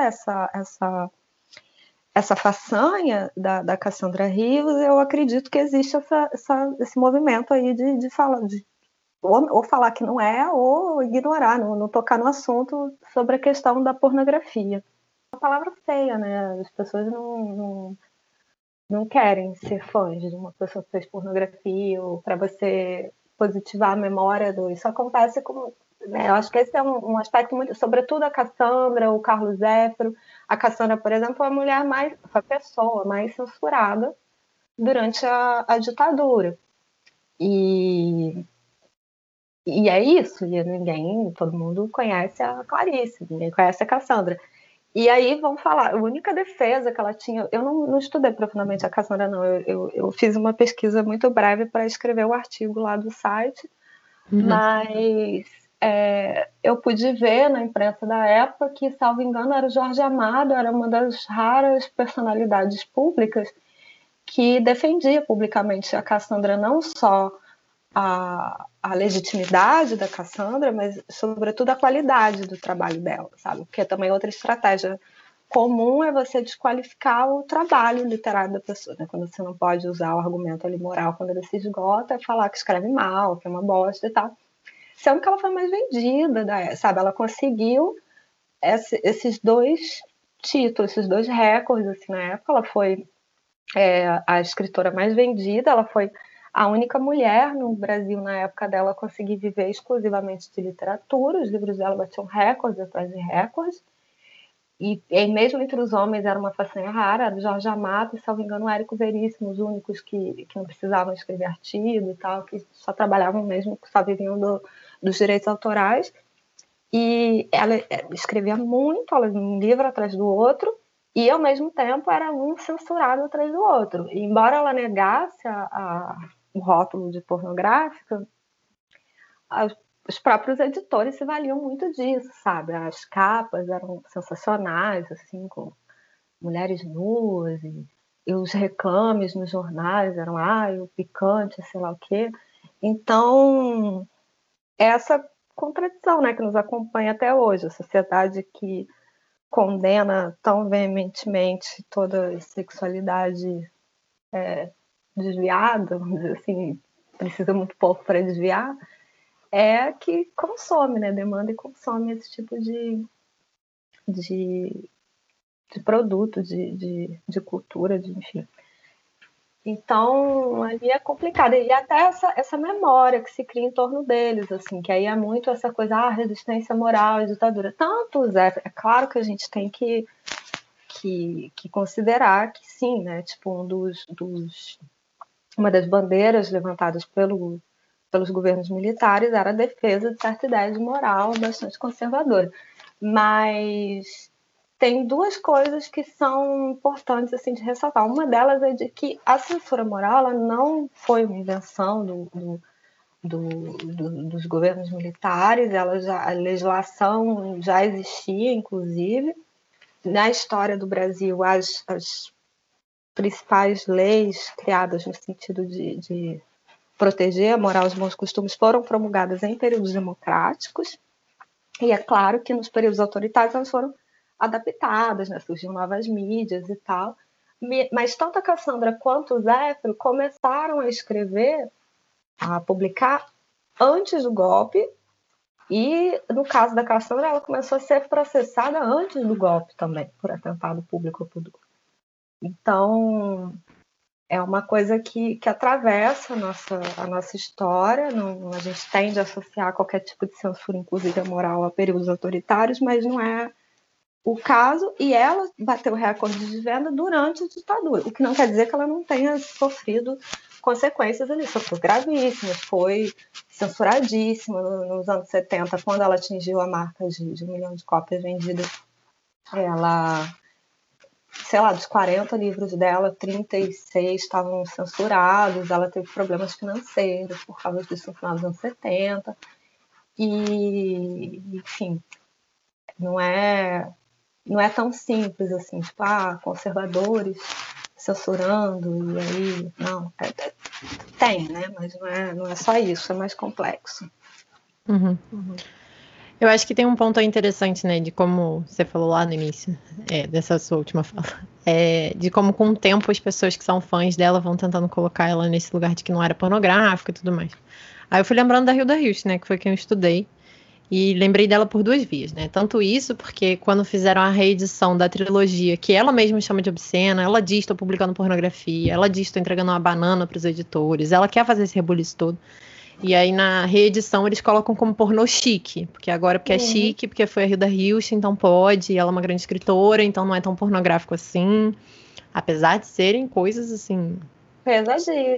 essa façanha da Cassandra Rios, eu acredito que existe esse movimento aí de falar ou falar que não é, ou ignorar, não tocar no assunto sobre a questão da pornografia. É uma palavra feia, né? As pessoas não querem ser fãs de uma pessoa que fez pornografia, ou para você positivar a memória do... Isso acontece com... Né? Eu acho que esse é um aspecto muito... Sobretudo a Cassandra, o Carlos Zéfiro. A Cassandra, por exemplo, foi a pessoa mais censurada durante a ditadura. E é isso, todo mundo conhece a Clarice, ninguém conhece a Cassandra. E aí vão falar, a única defesa que ela tinha, eu não estudei profundamente a Cassandra, não, eu fiz uma pesquisa muito breve para escrever o artigo lá do site, mas eu pude ver na imprensa da época que, salvo engano, era o Jorge Amado, era uma das raras personalidades públicas que defendia publicamente a Cassandra, não só a legitimidade da Cassandra, mas sobretudo a qualidade do trabalho dela, sabe? Porque também outra estratégia comum é você desqualificar o trabalho literário da pessoa, né? Quando você não pode usar o argumento ali moral quando ele se esgota, é falar que escreve mal, que é uma bosta e tal. Sendo que ela foi mais vendida, sabe? Ela conseguiu esses dois títulos, esses dois recordes, assim, na época. Ela foi a escritora mais vendida, ela foi a única mulher no Brasil na época dela a conseguir viver exclusivamente de literatura. Os livros dela batiam recordes atrás de recordes. E mesmo entre os homens era uma façanha rara, era Jorge Amado e, salvo engano, o Érico Veríssimo, os únicos que não precisavam escrever artigo e tal, que só trabalhavam mesmo, que só viviam dos direitos autorais. E ela escrevia muito, um livro atrás do outro, e ao mesmo tempo era um censurado atrás do outro. E, embora ela negasse o rótulo de pornográfica, os próprios editores se valiam muito disso, sabe? As capas eram sensacionais, assim, com mulheres nuas os reclames nos jornais eram, o picante, sei lá o quê. Então, essa contradição, né, que nos acompanha até hoje, a sociedade que condena tão veementemente toda sexualidade desviada, vamos dizer assim, precisa muito pouco para desviar, é que consome, né, demanda e consome esse tipo de produto, de cultura, enfim. Então, ali é complicado. E até essa memória que se cria em torno deles, assim, que aí é muito essa coisa, resistência moral e ditadura. Tanto, Zé, é claro que a gente tem que considerar que sim, né? Tipo, uma das bandeiras levantadas pelos governos militares era a defesa de certa ideia de moral bastante conservadora. Mas tem duas coisas que são importantes assim, de ressaltar. Uma delas é de que a censura moral ela não foi uma invenção dos governos militares, a legislação já existia, inclusive. Na história do Brasil, as principais leis criadas no sentido de proteger a moral e os bons costumes foram promulgadas em períodos democráticos. E é claro que nos períodos autoritários elas foram adaptadas, né? Surgiram novas mídias e tal. Mas tanto a Cassandra quanto o Zéfiro começaram a escrever, a publicar antes do golpe. E no caso da Cassandra, ela começou a ser processada antes do golpe também, por atentado público ao pudor. Então, é uma coisa que atravessa a nossa história. Não, a gente tende a associar qualquer tipo de censura, inclusive a moral, a períodos autoritários, mas não é o caso. E ela bateu recorde de venda durante a ditadura, o que não quer dizer que ela não tenha sofrido consequências ali. Sofreu gravíssimas, foi censuradíssima nos anos 70, quando ela atingiu a marca de 1 milhão de cópias vendidas. Ela... sei lá, dos 40 livros dela, 36 estavam censurados, ela teve problemas financeiros por causa disso no final dos anos 70. E, enfim, não é tão simples assim, tipo, conservadores censurando, e aí, não, tem, né, mas não é só isso, é mais complexo. Uhum. Eu acho que tem um ponto interessante, né, de como você falou lá no início, dessa sua última fala, de como com o tempo as pessoas que são fãs dela vão tentando colocar ela nesse lugar de que não era pornográfico e tudo mais. Aí eu fui lembrando da Hilda Hilst, né, que foi quem eu estudei, e lembrei dela por duas vias, né, tanto isso porque quando fizeram a reedição da trilogia, que ela mesma chama de obscena, ela diz, estou publicando pornografia, ela diz, estou entregando uma banana para os editores, ela quer fazer esse rebuliço todo. E aí na reedição eles colocam como pornô chique, porque agora é chique, porque foi a Hilda Hilst, então pode, ela é uma grande escritora, então não é tão pornográfico assim, apesar de serem coisas assim... pesadíssimo.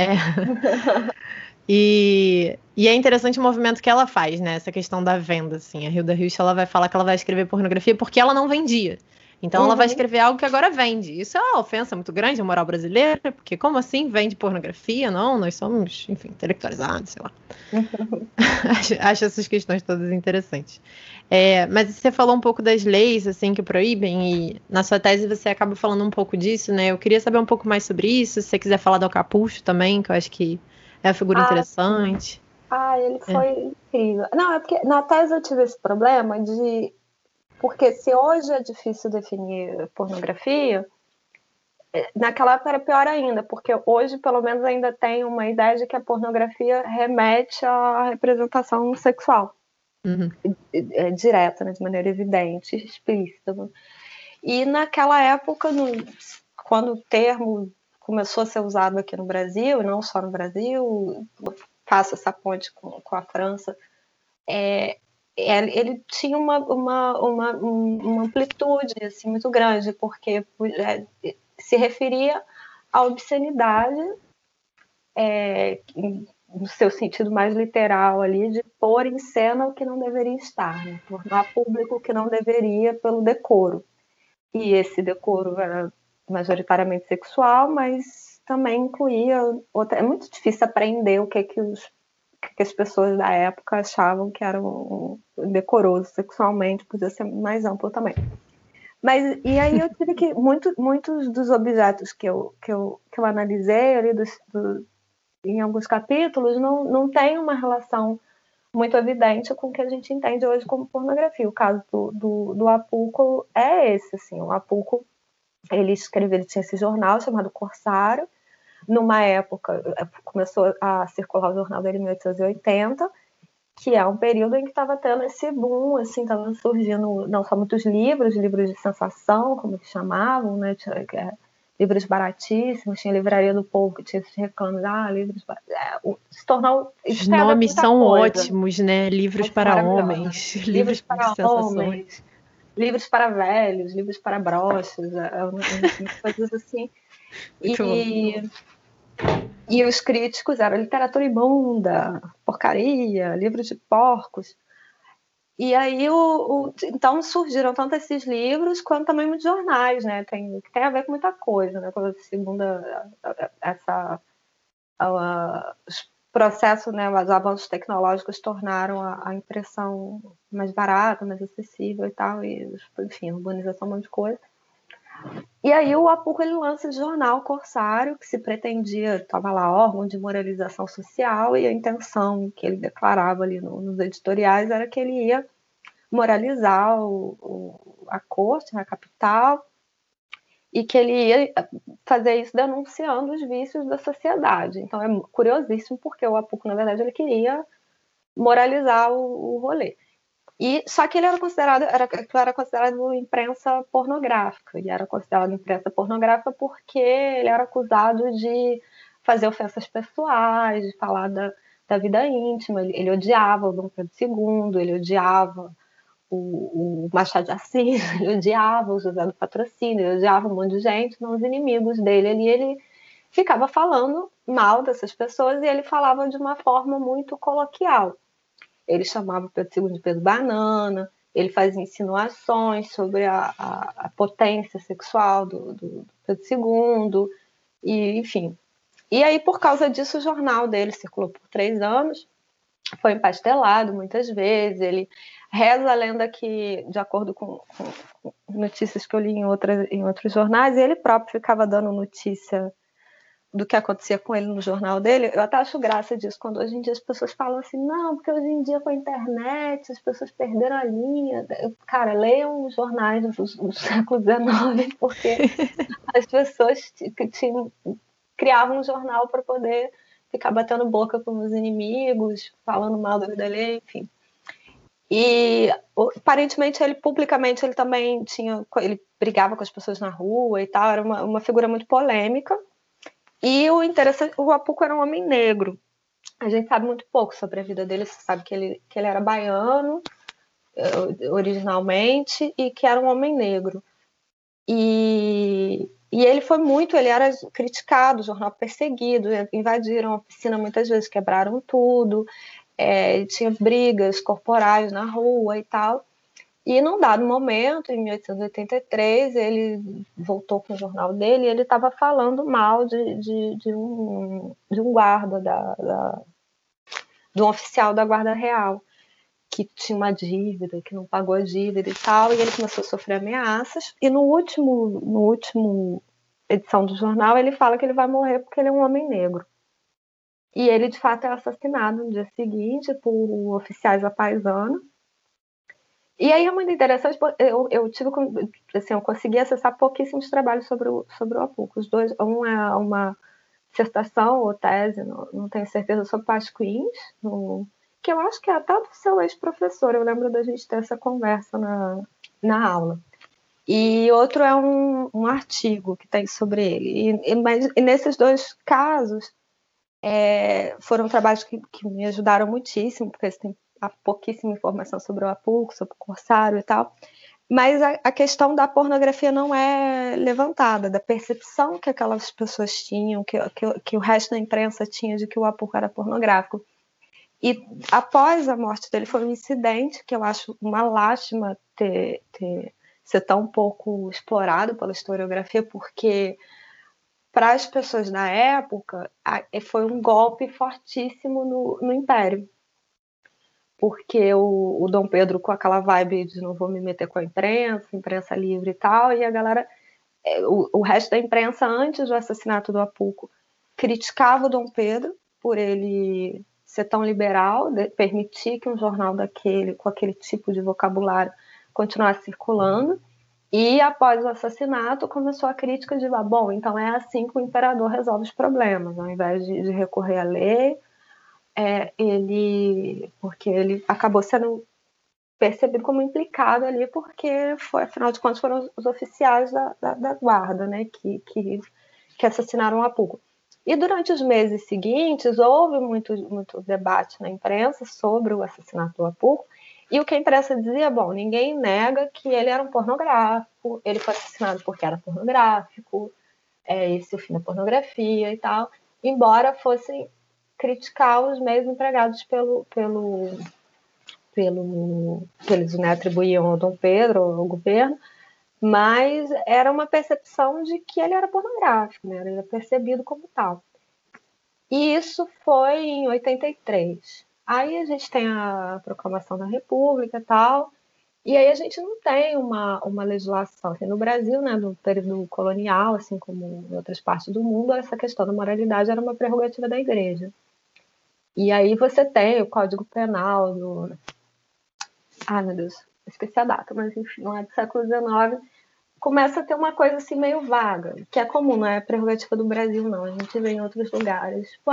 E é interessante o movimento que ela faz, né, essa questão da venda, assim, a Hilda Hilst, ela vai falar que ela vai escrever pornografia porque ela não vendia. Então ela vai escrever algo que agora vende. Isso é uma ofensa muito grande à moral brasileira, porque como assim vende pornografia? Não, nós somos, enfim, intelectualizados, sei lá. Acho essas questões todas interessantes. Mas você falou um pouco das leis, assim, que proíbem, e na sua tese você acaba falando um pouco disso, né? Eu queria saber um pouco mais sobre isso, se você quiser falar do Alcapucho também, que eu acho que é uma figura interessante. Ele foi incrível. Não, é porque na tese eu tive esse problema porque se hoje é difícil definir pornografia, naquela época era pior ainda, porque hoje pelo menos ainda tem uma ideia de que a pornografia remete à representação sexual. Direta, né, de maneira evidente, explícita. E naquela época, quando o termo começou a ser usado aqui no Brasil, e não só no Brasil, faço essa ponte com a França, ele tinha uma amplitude assim, muito grande, porque se referia à obscenidade, no seu sentido mais literal ali, de pôr em cena o que não deveria estar, né? Tornar público o que não deveria pelo decoro. E esse decoro era majoritariamente sexual, mas também incluía outra. É muito difícil aprender o que as pessoas da época achavam que era decoroso sexualmente, podia ser mais amplo também. Mas, e aí eu tive que, muitos dos objetos que eu analisei ali em alguns capítulos não tem uma relação muito evidente com o que a gente entende hoje como pornografia. O caso do Apuco é esse, assim. O Apuco, ele tinha esse jornal chamado Corsário. Numa época, começou a circular o jornal dele em 1880, que é um período em que estava tendo esse boom, assim, estava surgindo não só muitos livros de sensação, como eles chamavam, né? Livros baratíssimos, tinha a Livraria do Povo que tinha esses reclames, livros se tornou... Os nomes são ótimos, né? Livros para homens, livros de para sensações. homens, livros para velhos, livros para broxas, coisas assim. E os críticos eram literatura imunda, porcaria, livros de porcos. E aí, então surgiram tanto esses livros quanto também muitos jornais, né? Tem a ver com muita coisa, né? Segundo os processos, né? Os avanços tecnológicos tornaram a impressão mais barata, mais acessível e tal, e enfim, urbanização, um monte de coisa. E aí o Apuco ele lança o jornal Corsário, que se pretendia, estava lá, órgão de moralização social, e a intenção que ele declarava ali nos editoriais era que ele ia moralizar a corte, a capital, e que ele ia fazer isso denunciando os vícios da sociedade. Então é curiosíssimo, porque o Apuco, na verdade, ele queria moralizar o rolê. Só que ele era considerado imprensa pornográfica, e era considerado imprensa pornográfica porque ele era acusado de fazer ofensas pessoais, de falar da vida íntima. Ele odiava o Dom Pedro II, ele odiava o Machado de Assis, ele odiava o José do Patrocínio, ele odiava um monte de gente, não os inimigos dele. Ele ficava falando mal dessas pessoas, e ele falava de uma forma muito coloquial. Ele chamava o Pedro II de Pedro Banana, ele fazia insinuações sobre a potência sexual do Pedro II, e, enfim. E aí, por causa disso, o jornal dele circulou por 3 anos, foi empastelado muitas vezes. Ele reza a lenda que, de acordo com notícias que eu li em outros jornais, ele próprio ficava dando notícia do que acontecia com ele no jornal dele. Eu até acho graça disso, quando hoje em dia as pessoas falam assim, não, porque hoje em dia com a internet as pessoas perderam a linha. Cara, leiam os jornais do século XIX, porque as pessoas criavam um jornal para poder ficar batendo boca com os inimigos, falando mal da vida alheia, enfim. E aparentemente publicamente ele também ele brigava com as pessoas na rua e tal, era uma figura muito polêmica. E o interessante, o Apuco era um homem negro. A gente sabe muito pouco sobre a vida dele. Você sabe que ele era baiano, originalmente, e que era um homem negro. E ele era criticado, o jornal perseguido, invadiram a oficina muitas vezes, quebraram tudo, tinha brigas corporais na rua e tal. E num dado momento, em 1883, ele voltou com o jornal dele e ele estava falando mal de um guarda, de um oficial da Guarda Real, que tinha uma dívida, que não pagou a dívida e tal, e ele começou a sofrer ameaças. E no último edição do jornal, ele fala que ele vai morrer porque ele é um homem negro. E ele, de fato, é assassinado no dia seguinte por oficiais da paisana. E aí é muito interessante, eu consegui acessar pouquíssimos trabalhos sobre o Apuco. Os dois, um é uma dissertação ou tese, não tenho certeza, sobre Pasquins, que eu acho que é até do seu ex-professor, eu lembro da gente ter essa conversa na aula. E outro é um artigo que tem sobre ele. E nesses dois casos, foram trabalhos que me ajudaram muitíssimo, porque tem pouquíssima informação sobre o Apuco, sobre o Corsário e tal, mas a questão da pornografia não é levantada, da percepção que aquelas pessoas tinham, que o resto da imprensa tinha de que o Apuco era pornográfico. E após a morte dele foi um incidente que eu acho uma lástima ser tão pouco explorado pela historiografia, porque para as pessoas da época foi um golpe fortíssimo no Império. porque o Dom Pedro, com aquela vibe de não vou me meter com a imprensa livre e tal, e a galera, o resto da imprensa, antes do assassinato do Apuco, criticava o Dom Pedro por ele ser tão liberal, permitir que um jornal com aquele tipo de vocabulário continuasse circulando. E após o assassinato começou a crítica de, bom, então é assim que o imperador resolve os problemas, ao invés de recorrer à lei, porque ele acabou sendo percebido como implicado ali, porque afinal de contas foram os oficiais da guarda, né, que assassinaram o Apuco. E durante os meses seguintes houve muito debate na imprensa sobre o assassinato do Apuco, e o que a imprensa dizia, bom, ninguém nega que ele era um pornográfico, ele foi assassinado porque era pornográfico, esse é o fim da pornografia e tal, embora fossem criticar os meios empregados que eles, né, atribuíam ao Dom Pedro, ao governo, mas era uma percepção de que ele era pornográfico, né? Ele era percebido como tal. E isso foi em 83. Aí a gente tem a proclamação da República e tal, e aí a gente não tem uma legislação. Assim, no Brasil, né, no período colonial, assim como em outras partes do mundo, essa questão da moralidade era uma prerrogativa da igreja. E aí você tem o Código Penal do... Ai, meu Deus, esqueci a data, mas enfim, não é do século XIX, começa a ter uma coisa assim meio vaga, que é comum, não é prerrogativa do Brasil, não. A gente vê em outros lugares. Tipo,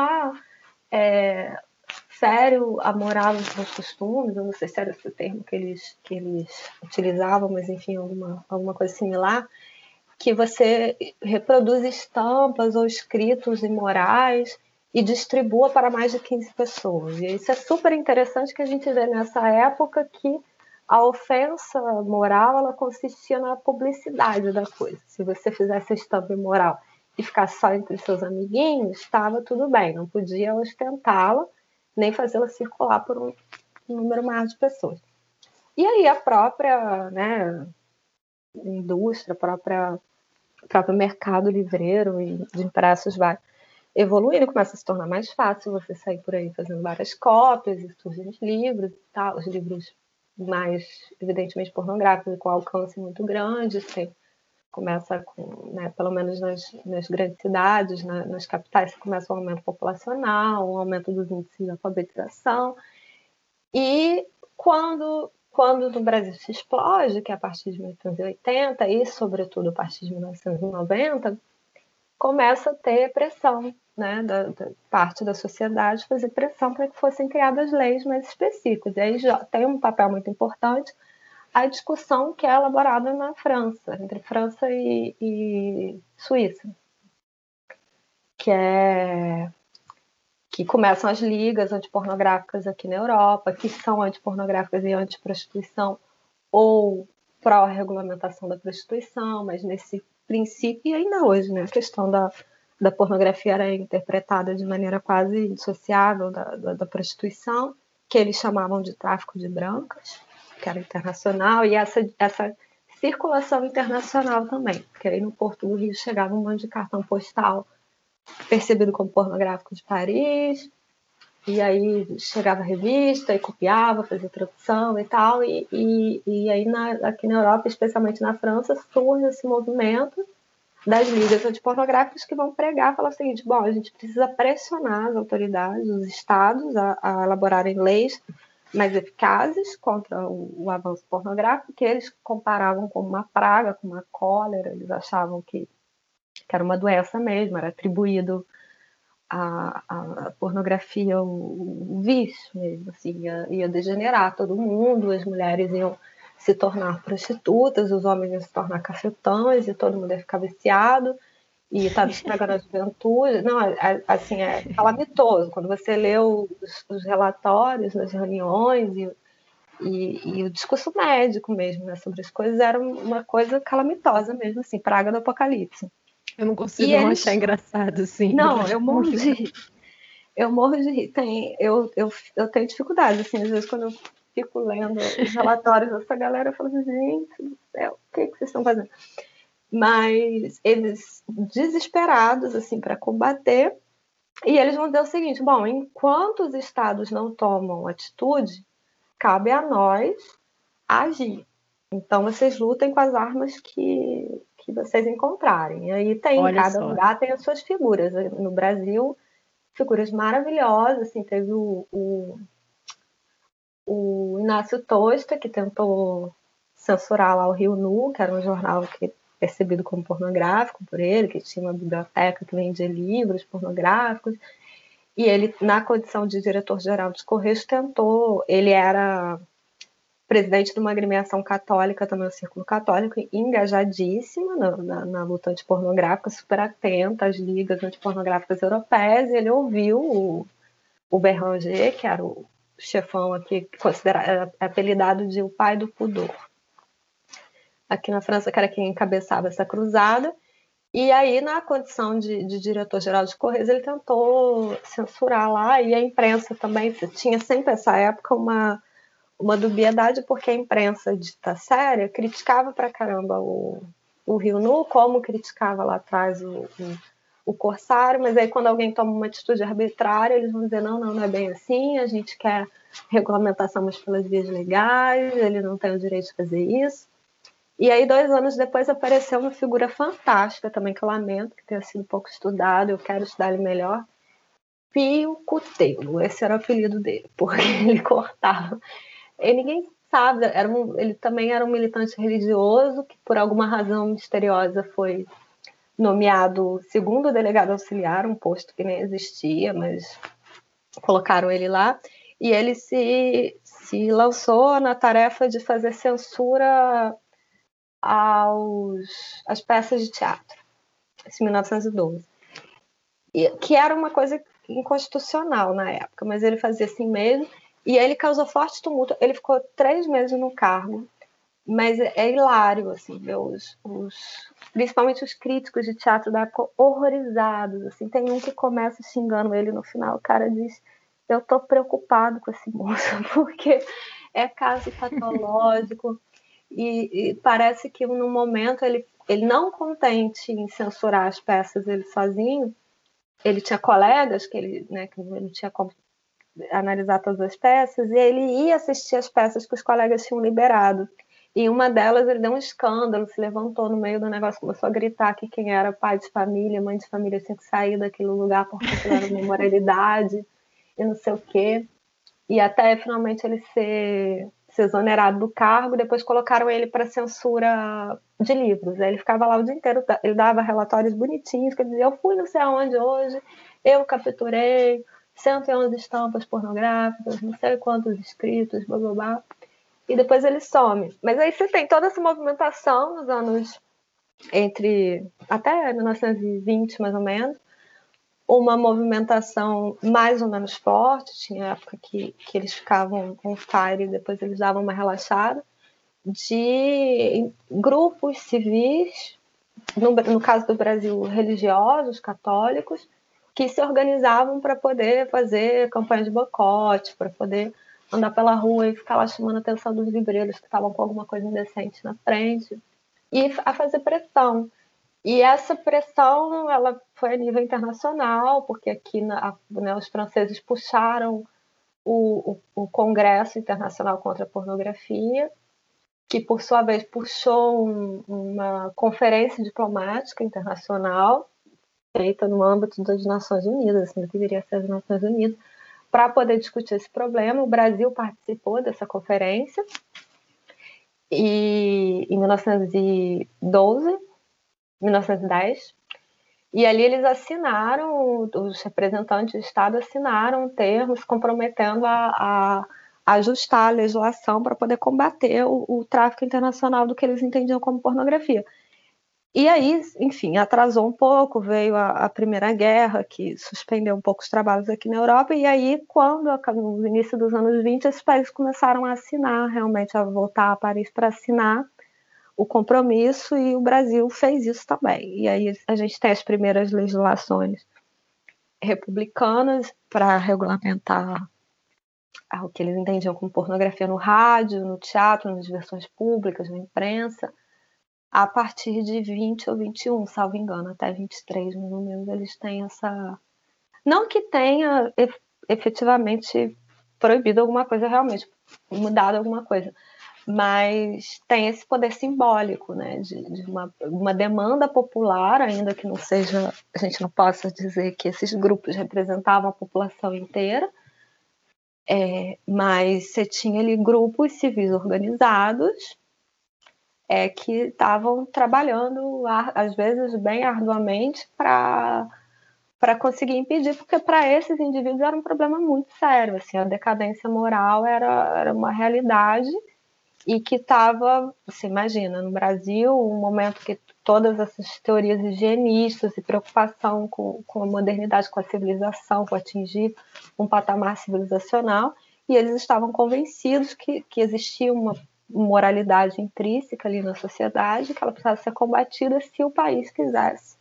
sério a moral dos seus costumes, eu não sei se era esse o termo que eles utilizavam, mas enfim, alguma coisa similar, que você reproduz estampas ou escritos imorais e distribua para mais de 15 pessoas. E isso é super interessante, que a gente vê nessa época que a ofensa moral, ela consistia na publicidade da coisa. Se você fizesse a estampa imoral e ficasse só entre seus amiguinhos, estava tudo bem, não podia ostentá-la, nem fazê-la circular por um número maior de pessoas. E aí a própria, né, indústria, o próprio mercado livreiro e de impressos vai evoluindo, começa a se tornar mais fácil você sair por aí fazendo várias cópias, e surgem os livros e tal, os livros mais, evidentemente, pornográficos, com alcance muito grande. Você começa com, né, pelo menos nas grandes cidades, nas capitais, você começa um aumento populacional, um aumento dos índices de alfabetização. E quando no Brasil se explode, que é a partir de 1880 e, sobretudo, a partir de 1990, começa a ter pressão, né, da parte da sociedade, fazer pressão para que fossem criadas leis mais específicas. E aí já tem um papel muito importante a discussão que é elaborada na França, entre França e Suíça, que começam as ligas antipornográficas aqui na Europa, que são antipornográficas e antiprostituição ou pró-regulamentação da prostituição, mas nesse princípio, e ainda hoje, né, a questão da pornografia era interpretada de maneira quase indissociável da prostituição, que eles chamavam de tráfico de brancas, que era internacional, e essa circulação internacional também, porque aí no Porto do Rio chegava um monte de cartão postal percebido como pornográfico de Paris, e aí chegava a revista e copiava, fazia tradução e tal, e aí aqui na Europa, especialmente na França, surge esse movimento das ligas antipornográficas que vão pregar, falar o seguinte, bom, a gente precisa pressionar as autoridades, os estados a elaborarem leis mais eficazes contra o avanço pornográfico, que eles comparavam com uma praga, com uma cólera, eles achavam que era uma doença mesmo, era atribuído a pornografia, o vício mesmo, assim, ia degenerar todo mundo, as mulheres iam se tornar prostitutas, os homens iam se tornar cafetões e todo mundo ia ficar viciado e estava estragando a juventude. Não, assim, é calamitoso. Quando você lê os relatórios nas reuniões e o discurso médico mesmo, né, sobre as coisas, era uma coisa calamitosa mesmo, assim, praga do apocalipse. Eu não consigo não achar engraçado, sim. Não, eu morro de rir. Eu morro de rir. Eu tenho dificuldade, assim, às vezes quando eu fico lendo os relatórios dessa galera, eu falo assim, gente do céu, o que vocês estão fazendo? Mas eles, desesperados, assim, para combater, e eles vão dizer o seguinte, bom, enquanto os estados não tomam atitude, cabe a nós agir. Então, vocês lutem com as armas que vocês encontrarem. E aí tem, em Olha cada só. lugar tem as suas figuras. No Brasil, figuras maravilhosas, assim, teve o Inácio Tosta, que tentou censurar lá o Rio Nu, que era um jornal que percebido como pornográfico por ele, que tinha uma biblioteca que vendia livros pornográficos. E ele, na condição de diretor-geral dos Correios, tentou. Ele era presidente de uma agremiação católica, também o Círculo Católico, engajadíssima na luta antipornográfica, super atenta às ligas antipornográficas europeias, e ele ouviu o Béranger, que era o chefão aqui, considerado apelidado de o pai do pudor. Aqui na França, que era quem encabeçava essa cruzada. E aí, na condição de diretor-geral de Correios, ele tentou censurar lá, e a imprensa também tinha sempre, essa época, uma dubiedade, porque a imprensa dita séria criticava pra caramba o Rio Nu, como criticava lá atrás o Corsário, mas aí quando alguém toma uma atitude arbitrária, eles vão dizer, não é bem assim, a gente quer regulamentação, mas pelas vias legais, ele não tem o direito de fazer isso. E aí, 2 anos depois, apareceu uma figura fantástica também, que eu lamento que tenha sido pouco estudado, eu quero estudar ele melhor, Pio Cutelo, esse era o apelido dele, porque ele cortava. E ninguém sabe, ele também era um militante religioso, que por alguma razão misteriosa foi nomeado segundo delegado auxiliar, um posto que nem existia, mas colocaram ele lá, e ele se lançou na tarefa de fazer censura às peças de teatro, em 1912. Que era uma coisa inconstitucional na época, mas ele fazia assim mesmo, e ele causou forte tumulto. Ele ficou 3 meses no cargo, mas é hilário, assim, ver principalmente os críticos de teatro da época horrorizados, assim. Tem um que começa xingando ele no final, o cara diz, eu tô preocupado com esse moço, porque é caso patológico, e parece que no momento ele não contente em censurar as peças ele sozinho, ele tinha colegas que ele não tinha como analisar todas as peças, e ele ia assistir as peças que os colegas tinham liberado. E uma delas ele deu um escândalo, se levantou no meio do negócio, começou a gritar que quem era pai de família, mãe de família tinha que sair daquele lugar porque aquilo era uma imoralidade e não sei o quê. E até finalmente ele ser exonerado do cargo, depois colocaram ele para censura de livros. Aí ele ficava lá o dia inteiro, ele dava relatórios bonitinhos, que ele dizia, eu fui não sei aonde hoje, eu capturei 111 estampas pornográficas, não sei quantos escritos, blá blá blá. E depois ele some. Mas aí você tem toda essa movimentação nos anos até 1920, mais ou menos, uma movimentação mais ou menos forte, tinha época que eles ficavam on fire e depois eles davam uma relaxada, de grupos civis, no caso do Brasil, religiosos, católicos, que se organizavam para poder fazer campanha de boicote, para poder andar pela rua e ficar lá chamando a atenção dos livreiros que estavam com alguma coisa indecente na frente, e a fazer pressão. E essa pressão ela foi a nível internacional, porque aqui os franceses puxaram o Congresso Internacional contra a Pornografia, que por sua vez puxou uma conferência diplomática internacional feita no âmbito das Nações Unidas, assim, que deveria ser as Nações Unidas, para poder discutir esse problema. O Brasil participou dessa conferência em 1912, 1910, e ali eles assinaram, os representantes do Estado assinaram termos comprometendo a ajustar a legislação para poder combater o tráfico internacional do que eles entendiam como pornografia. E aí, enfim, atrasou um pouco, veio a Primeira Guerra, que suspendeu um pouco os trabalhos aqui na Europa, e aí, no início dos anos 20, esses países começaram a assinar, realmente, a voltar a Paris para assinar o compromisso, e o Brasil fez isso também. E aí a gente tem as primeiras legislações republicanas para regulamentar o que eles entendiam como pornografia no rádio, no teatro, nas diversões públicas, na imprensa, a partir de 20 ou 21, salvo engano, até 23, mais ou menos, eles têm essa... Não que tenha efetivamente proibido alguma coisa realmente, mudado alguma coisa. Mas tem esse poder simbólico, né, de uma demanda popular, ainda que não seja, a gente não possa dizer que esses grupos representavam a população inteira, mas você tinha ali grupos civis organizados que estavam trabalhando, às vezes, bem arduamente para conseguir impedir, porque para esses indivíduos era um problema muito sério, assim, a decadência moral era uma realidade e que estava, você imagina, no Brasil, um momento que todas essas teorias higienistas e preocupação com a modernidade, com a civilização, com atingir um patamar civilizacional, e eles estavam convencidos que existia uma moralidade intrínseca ali na sociedade, que ela precisava ser combatida se o país quisesse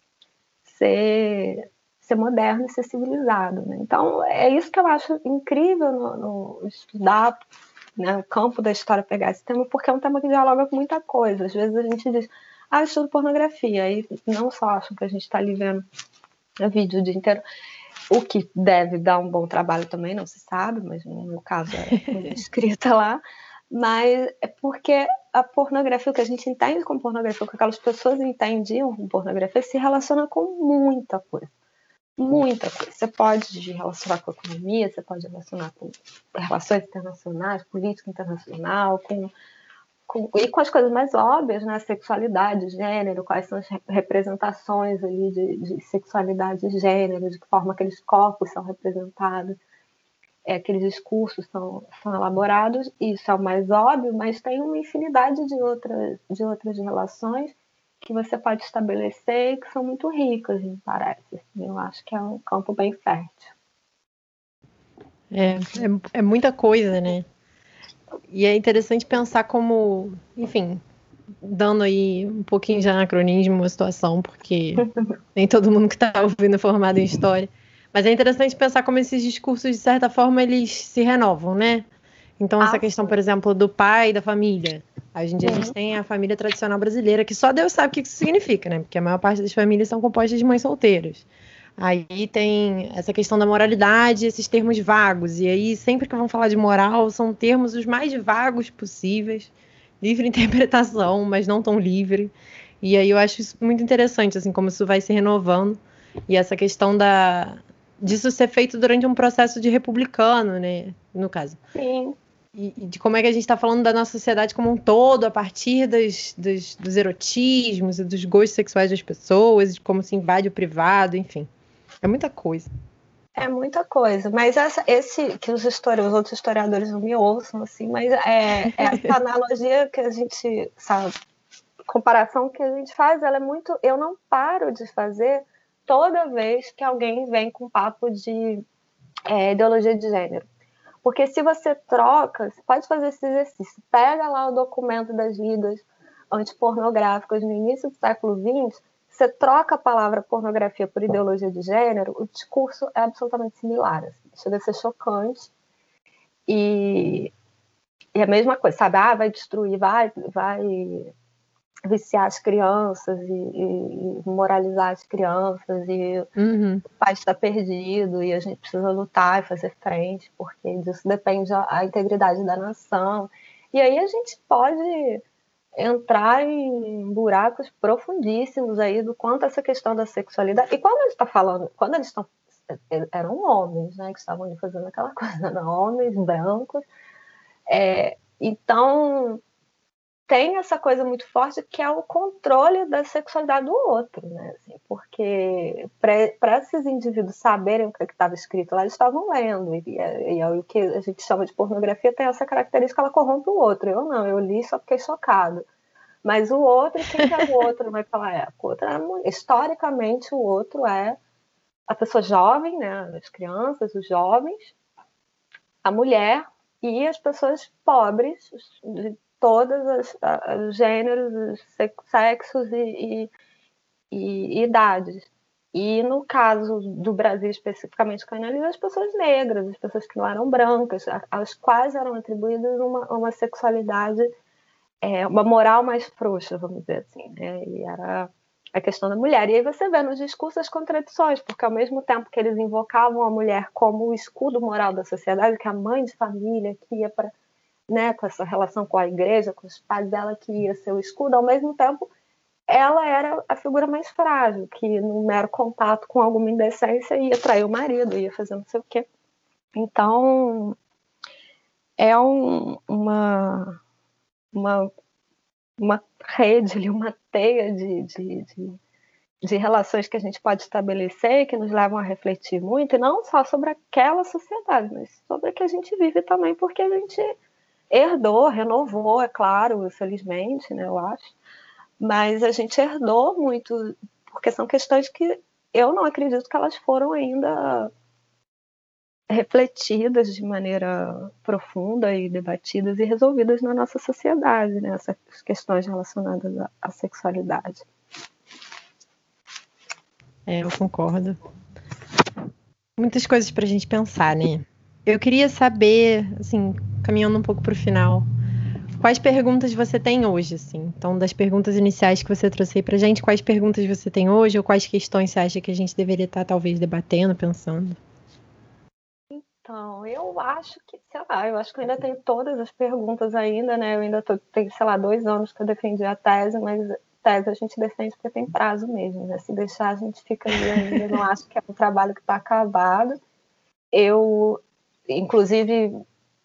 ser moderno e ser civilizado, né? Então, é isso que eu acho incrível no estudar, né, o campo da história, pegar esse tema, porque é um tema que dialoga com muita coisa. Às vezes a gente diz, eu estudo pornografia, e não só acham que a gente está ali vendo vídeo o dia inteiro, o que deve dar um bom trabalho também, não se sabe, mas no meu caso é escrita lá, mas é porque a pornografia, o que a gente entende como pornografia, o que aquelas pessoas entendiam com pornografia, se relaciona com muita coisa. Muita coisa. Você pode relacionar com a economia, você pode relacionar com relações internacionais, política internacional, e com as coisas mais óbvias, né? Sexualidade, gênero, quais são as representações ali de sexualidade e gênero, de que forma aqueles corpos são representados, aqueles discursos são elaborados, isso é o mais óbvio, mas tem uma infinidade de outras relações que você pode estabelecer e que são muito ricas, me parece. Eu acho que é um campo bem fértil. É muita coisa, né? E é interessante pensar como, enfim, dando aí um pouquinho de anacronismo à situação, porque nem todo mundo que está ouvindo é formado em história. Mas é interessante pensar como esses discursos, de certa forma, eles se renovam, né? Então, essa questão, por exemplo, do pai e da família. Hoje em dia a gente tem a família tradicional brasileira, que só Deus sabe o que isso significa, né? Porque a maior parte das famílias são compostas de mães solteiras. Aí tem essa questão da moralidade, esses termos vagos. E aí, sempre que vão falar de moral, são termos os mais vagos possíveis, livre interpretação, mas não tão livre. E aí eu acho isso muito interessante, assim, como isso vai se renovando. E essa questão disso ser feito durante um processo de republicano, né? No caso. Sim. E de como é que a gente está falando da nossa sociedade como um todo, a partir dos erotismos e dos gostos sexuais das pessoas, de como se invade o privado, enfim. É muita coisa. É muita coisa, mas esse que os outros historiadores não me ouçam, assim, mas essa analogia que a gente, sabe, comparação que a gente faz, ela é muito, eu não paro de fazer toda vez que alguém vem com papo de ideologia de gênero. Porque se você troca, você pode fazer esse exercício, pega lá o documento das ligas antipornográficas no início do século XX, você troca a palavra pornografia por ideologia de gênero, o discurso é absolutamente similar. Assim. Chega a ser chocante. E a mesma coisa, sabe? Vai destruir, vai viciar as crianças e moralizar as crianças e o pai está perdido e a gente precisa lutar e fazer frente, porque disso depende a integridade da nação. E aí a gente pode entrar em buracos profundíssimos aí do quanto essa questão da sexualidade. E quando ele está falando, quando eles estão. Eram homens, né, que estavam ali fazendo aquela coisa, eram homens brancos. Então, tem essa coisa muito forte que é o controle da sexualidade do outro, né? Assim, porque para esses indivíduos saberem o que estava escrito lá, eles estavam lendo. E o que a gente chama de pornografia tem essa característica, ela corrompe o outro. Eu não, eu li e só fiquei chocado. Mas o outro, quem que é o outro naquela época? Historicamente, o outro é a pessoa jovem, né? As crianças, os jovens, a mulher e as pessoas pobres, de todos os gêneros, os sexos e idades. E no caso do Brasil especificamente, que eu analiso, as pessoas negras, as pessoas que não eram brancas, às quais eram atribuídas uma sexualidade, uma moral mais frouxa, vamos dizer assim. Né? E era a questão da mulher. E aí você vê nos discursos as contradições, porque ao mesmo tempo que eles invocavam a mulher como o escudo moral da sociedade, que é a mãe de família, que ia para, né, com essa relação com a igreja, com os pais dela, que ia ser o escudo, ao mesmo tempo ela era a figura mais frágil, que no mero contato com alguma indecência ia trair o marido, ia fazer não sei o quê. Então, é uma rede, uma teia de relações que a gente pode estabelecer e que nos levam a refletir muito, e não só sobre aquela sociedade, mas sobre a que a gente vive também, porque a gente herdou, renovou, é claro, felizmente, né, eu acho, mas a gente herdou muito, porque são questões que eu não acredito que elas foram ainda refletidas de maneira profunda e debatidas e resolvidas na nossa sociedade, né? Essas questões relacionadas à sexualidade. Eu concordo. Muitas coisas para a gente pensar, né? Eu queria saber, assim, caminhando um pouco para o final, quais perguntas você tem hoje, assim? Então, das perguntas iniciais que você trouxe aí pra gente, quais perguntas você tem hoje ou quais questões você acha que a gente deveria estar, talvez, debatendo, pensando? Então, eu acho que, sei lá, eu acho que eu ainda tenho todas as perguntas ainda, né? Eu ainda tenho, sei lá, 2 anos que eu defendi a tese, mas tese a gente defende porque tem prazo mesmo, né? Se deixar, a gente fica ali ainda, não acho que é um trabalho que está acabado. Eu, inclusive,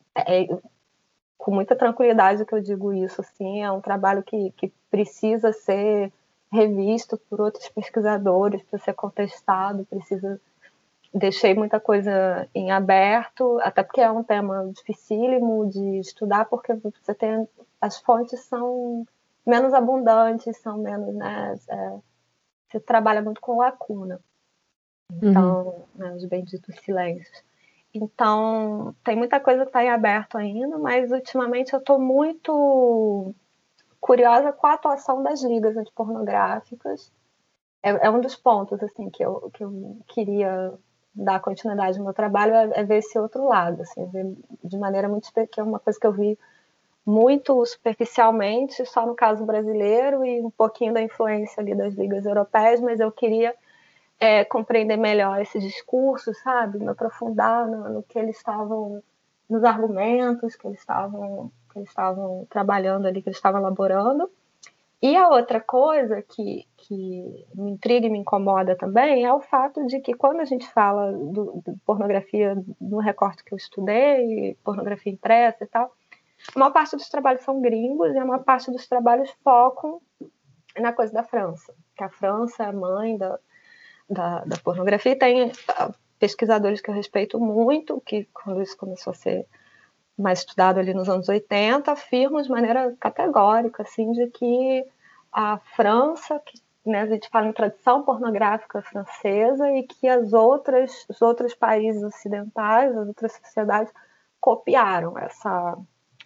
com muita tranquilidade que eu digo isso, assim, é um trabalho que precisa ser revisto por outros pesquisadores, para ser contestado, precisa... Deixei muita coisa em aberto, até porque é um tema dificílimo de estudar, porque você tem... As fontes são menos abundantes, são menos, né, você trabalha muito com lacuna. Então, né, os benditos silêncios. Então, tem muita coisa que está em aberto ainda, mas ultimamente eu estou muito curiosa com a atuação das ligas antipornográficas. É um dos pontos assim, que eu queria dar continuidade no meu trabalho, é ver esse outro lado, assim, ver de maneira muito... que é uma coisa que eu vi muito superficialmente, só no caso brasileiro, e um pouquinho da influência ali das ligas europeias, mas eu queria compreender melhor esses discursos, sabe? Me aprofundar no que eles estavam, nos argumentos que eles estavam trabalhando ali, que eles estavam elaborando. E a outra coisa que me intriga e me incomoda também é o fato de que quando a gente fala de pornografia no recorte que eu estudei, pornografia impressa e tal, a maior parte dos trabalhos são gringos e a maior parte dos trabalhos focam na coisa da França, que a França é a mãe da pornografia. E tem pesquisadores que eu respeito muito, que quando isso começou a ser mais estudado ali nos anos 80, afirmam de maneira categórica, assim, de que a França, que, né, a gente fala em tradição pornográfica francesa, e que os outros países ocidentais, as outras sociedades, copiaram essa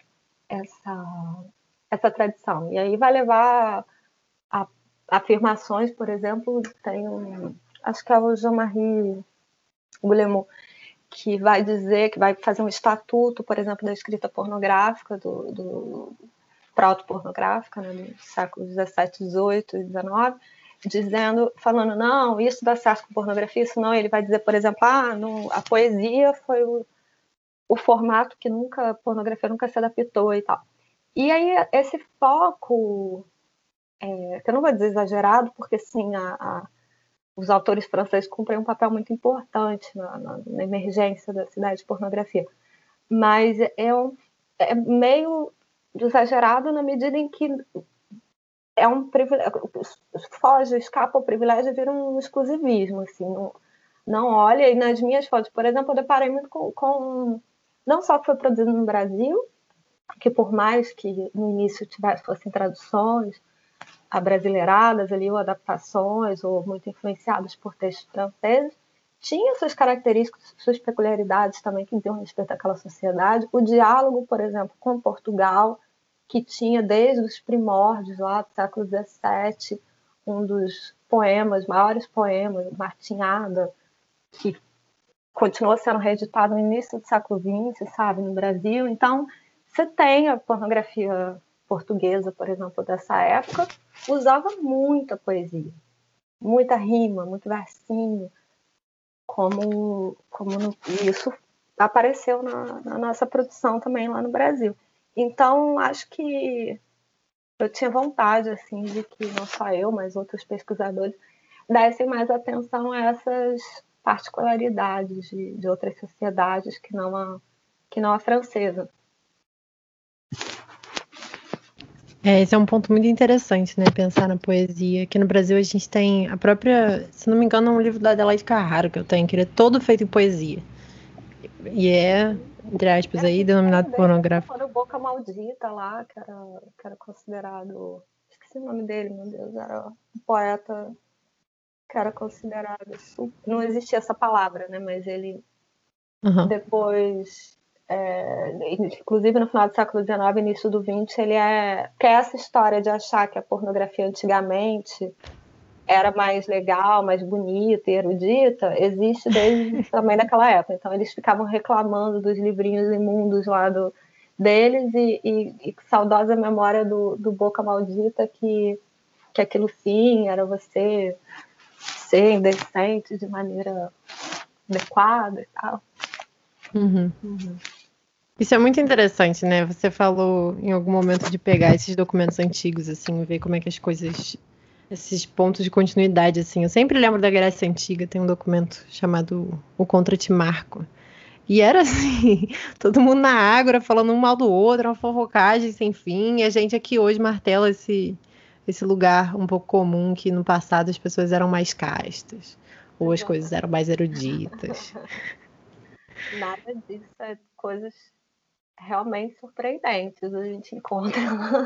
tradição. E aí vai levar a afirmações, por exemplo, tem acho que é o Jean-Marie Guillemot, que vai dizer, que vai fazer um estatuto, por exemplo, da escrita pornográfica, do proto-pornográfica, né, do século XVII, XVIII e XIX, dizendo, falando, não, isso dá certo com pornografia, isso não. Ele vai dizer, por exemplo, a poesia foi o formato que a pornografia nunca se adaptou e tal. E aí esse foco, que eu não vou dizer exagerado, porque sim, os autores franceses cumprem um papel muito importante na emergência da cidade de pornografia. Mas é meio exagerado na medida em que é um privilégio, foge, escapa ao privilégio e vira um exclusivismo, assim, não olha. E nas minhas fotos, por exemplo, eu deparei muito com não só que foi produzido no Brasil, que por mais que no início fossem traduções abrasileiradas ali, ou adaptações, ou muito influenciadas por textos franceses, tinha suas características, suas peculiaridades também que diziam respeito àquela sociedade. O diálogo, por exemplo, com Portugal, que tinha desde os primórdios lá do século XVII, um dos maiores poemas, Martinhada, que continuou sendo reeditado no início do século XX, sabe, no Brasil. Então, você tem a pornografia portuguesa, por exemplo, dessa época, usava muita poesia. muita rima, muito versinho, isso apareceu na nossa produção também lá no Brasil. Então, acho que eu tinha vontade, assim, de que não só eu, mas outros pesquisadores dessem mais atenção a essas particularidades de outras sociedades que não a francesa. Esse é um ponto muito interessante, né? Pensar na poesia. Aqui no Brasil a gente tem a própria, se não me engano, é um livro da Adelaide Carraro que eu tenho, que ele é todo feito em poesia. E entre aspas, aí, denominado pornográfico. O Boca Maldita lá, que era considerado... Esqueci o nome dele, meu Deus. Era um poeta que era considerado... Não existia essa palavra, né? Mas ele depois... inclusive no final do século XIX, início do XX, ele que é essa história de achar que a pornografia antigamente era mais legal, mais bonita e erudita, existe desde também daquela época. Então eles ficavam reclamando dos livrinhos imundos lá deles e saudosa memória do Boca Maldita que aquilo sim era você ser indecente de maneira adequada e tal. Isso é muito interessante, né? Você falou em algum momento de pegar esses documentos antigos, assim, ver como é que as coisas, esses pontos de continuidade, assim. Eu sempre lembro da Grécia Antiga, tem um documento chamado O Contra Timarco. E era assim, todo mundo na ágora, falando um mal do outro, uma fofocagem sem fim, e a gente aqui hoje martela esse lugar um pouco comum, que no passado as pessoas eram mais castas, ou as coisas eram mais eruditas. Nada disso, é coisas realmente surpreendentes a gente encontra.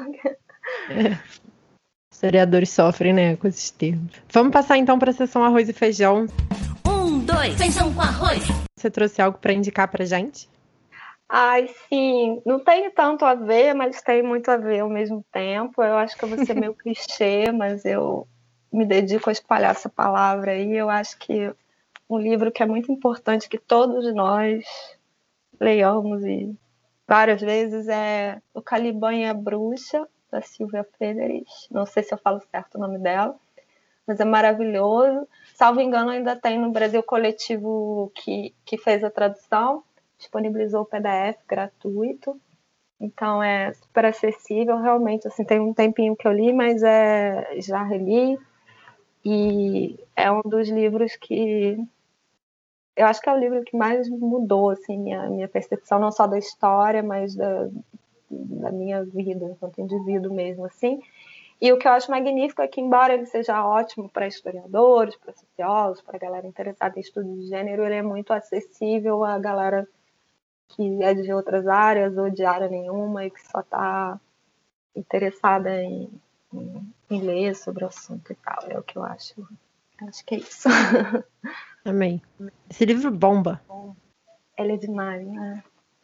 Os historiadores sofrem, né, com esses termos. Vamos passar então para a sessão arroz e feijão. 1, 2, feijão com arroz. Você trouxe algo para indicar pra gente? Ai, sim. Não tem tanto a ver, mas tem muito a ver ao mesmo tempo. Eu acho que eu vou ser meio clichê, mas eu me dedico a espalhar essa palavra aí. Eu acho que um livro que é muito importante que todos nós leiamos e várias vezes é O Caliban e a Bruxa, da Silvia Frederick. Não sei se eu falo certo o nome dela, mas é maravilhoso. Salvo engano, ainda tem no Brasil coletivo que fez a tradução, disponibilizou o PDF gratuito. Então é super acessível, realmente. Assim, tem um tempinho que eu li, mas já reli. E é um dos livros que... Eu acho que é o livro que mais mudou assim, minha percepção, não só da história, mas da minha vida enquanto indivíduo mesmo. Assim. E o que eu acho magnífico é que, embora ele seja ótimo para historiadores, para sociólogos, para a galera interessada em estudos de gênero, ele é muito acessível à galera que é de outras áreas ou de área nenhuma e que só está interessada em ler sobre o assunto e tal. É o que eu acho. Acho que é isso. Amei. Esse livro bomba. Ele é demais, né?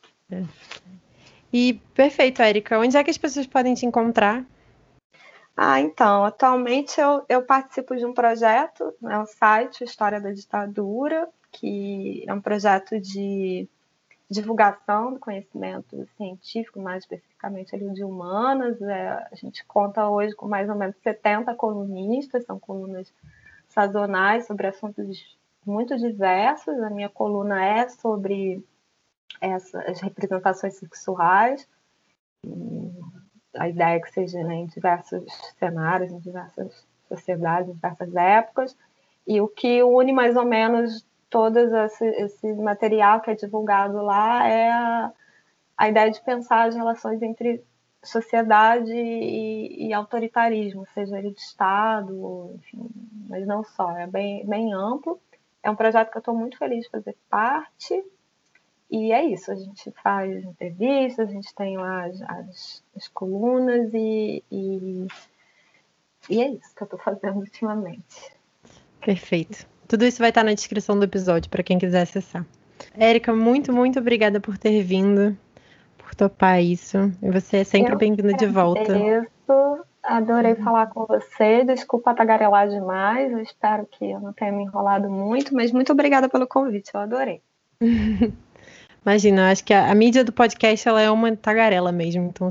E perfeito, Érica. Onde é que as pessoas podem te encontrar? Então, atualmente eu participo de um projeto, é um site, História da Ditadura, que é um projeto de divulgação do conhecimento científico, mais especificamente ali de humanas. A gente conta hoje com mais ou menos 70 colunistas, são colunas sazonais sobre assuntos muito diversos. A minha coluna é sobre as representações sexuais, a ideia é que seja, né, em diversos cenários, em diversas sociedades, em diversas épocas, e o que une mais ou menos todo esse material que é divulgado lá é a ideia de pensar as relações entre sociedade e autoritarismo, seja ele de Estado, enfim, mas não só, é bem, bem amplo. É um projeto que eu estou muito feliz de fazer parte. E é isso, a gente faz entrevistas, a gente tem lá as colunas e é isso que eu estou fazendo ultimamente. Perfeito. Tudo isso vai estar na descrição do episódio para quem quiser acessar. Érica, muito, muito obrigada por ter vindo, por topar isso. E você é sempre bem-vinda de volta. Adorei falar com você. Desculpa tagarelar demais, eu espero que eu não tenha me enrolado muito, mas muito obrigada pelo convite, eu adorei. Imagina, acho que a mídia do podcast ela é uma tagarela mesmo, então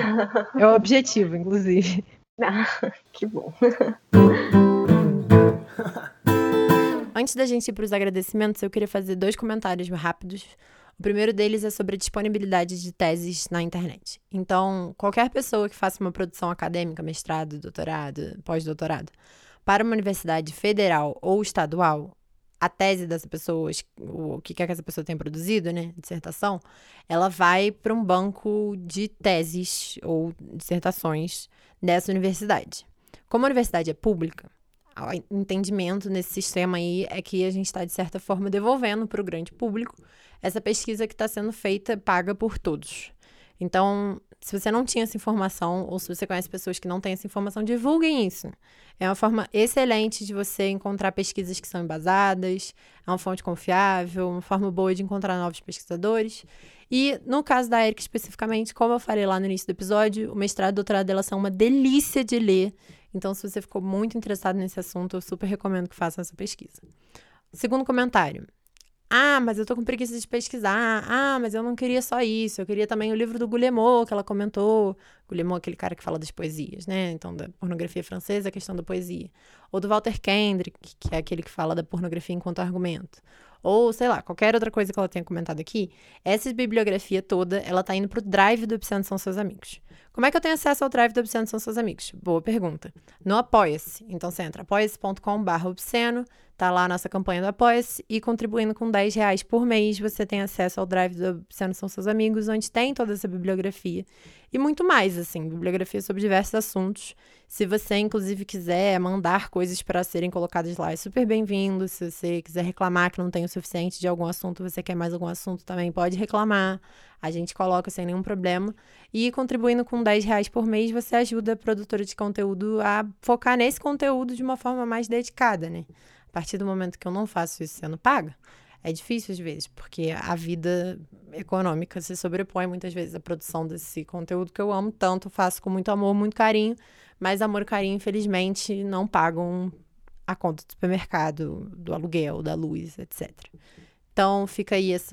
é o objetivo, inclusive. Que bom. Antes da gente ir para os agradecimentos, eu queria fazer 2 comentários rápidos. O primeiro deles é sobre a disponibilidade de teses na internet. Então, qualquer pessoa que faça uma produção acadêmica, mestrado, doutorado, pós-doutorado, para uma universidade federal ou estadual, a tese dessa pessoa, o que quer que essa pessoa tenha produzido, né, dissertação, ela vai para um banco de teses ou dissertações dessa universidade. Como a universidade é pública, o entendimento nesse sistema aí é que a gente está, de certa forma, devolvendo para o grande público essa pesquisa que está sendo feita, paga por todos. Então, se você não tinha essa informação, ou se você conhece pessoas que não têm essa informação, divulguem isso. É uma forma excelente de você encontrar pesquisas que são embasadas, é uma fonte confiável, uma forma boa de encontrar novos pesquisadores. E, no caso da Erika especificamente, como eu falei lá no início do episódio, o mestrado e o doutorado dela são uma delícia de ler. Então, se você ficou muito interessado nesse assunto, eu super recomendo que façam essa pesquisa. Segundo comentário. Mas eu tô com preguiça de pesquisar. Mas eu não queria só isso. Eu queria também o livro do Guillemot, que ela comentou. Guillemot é aquele cara que fala das poesias, né? Então, da pornografia francesa, a questão da poesia. Ou do Walter Kendrick, que é aquele que fala da pornografia enquanto argumento. Ou, sei lá, qualquer outra coisa que ela tenha comentado aqui. Essa bibliografia toda, ela tá indo pro Drive do Obsceno São Seus Amigos. Como é que eu tenho acesso ao Drive do Obsceno São Seus Amigos? Boa pergunta. No Apoia-se. Então, você entra apoia-se.com/obsceno, tá lá a nossa campanha do Apoia-se, e contribuindo com R$10 por mês, você tem acesso ao Drive do Obsceno São Seus Amigos, onde tem toda essa bibliografia. E muito mais, assim, bibliografia sobre diversos assuntos. Se você, inclusive, quiser mandar coisas para serem colocadas lá, é super bem-vindo. Se você quiser reclamar que não tem o suficiente de algum assunto, você quer mais algum assunto, também pode reclamar. A gente coloca sem nenhum problema. E contribuindo com R$10 por mês, você ajuda a produtora de conteúdo a focar nesse conteúdo de uma forma mais dedicada, né? A partir do momento que eu não faço isso sendo paga, é difícil às vezes, porque a vida econômica se sobrepõe muitas vezes à produção desse conteúdo que eu amo tanto, faço com muito amor, muito carinho, mas amor e carinho, infelizmente, não pagam a conta do supermercado, do aluguel, da luz, etc. Então, fica aí esse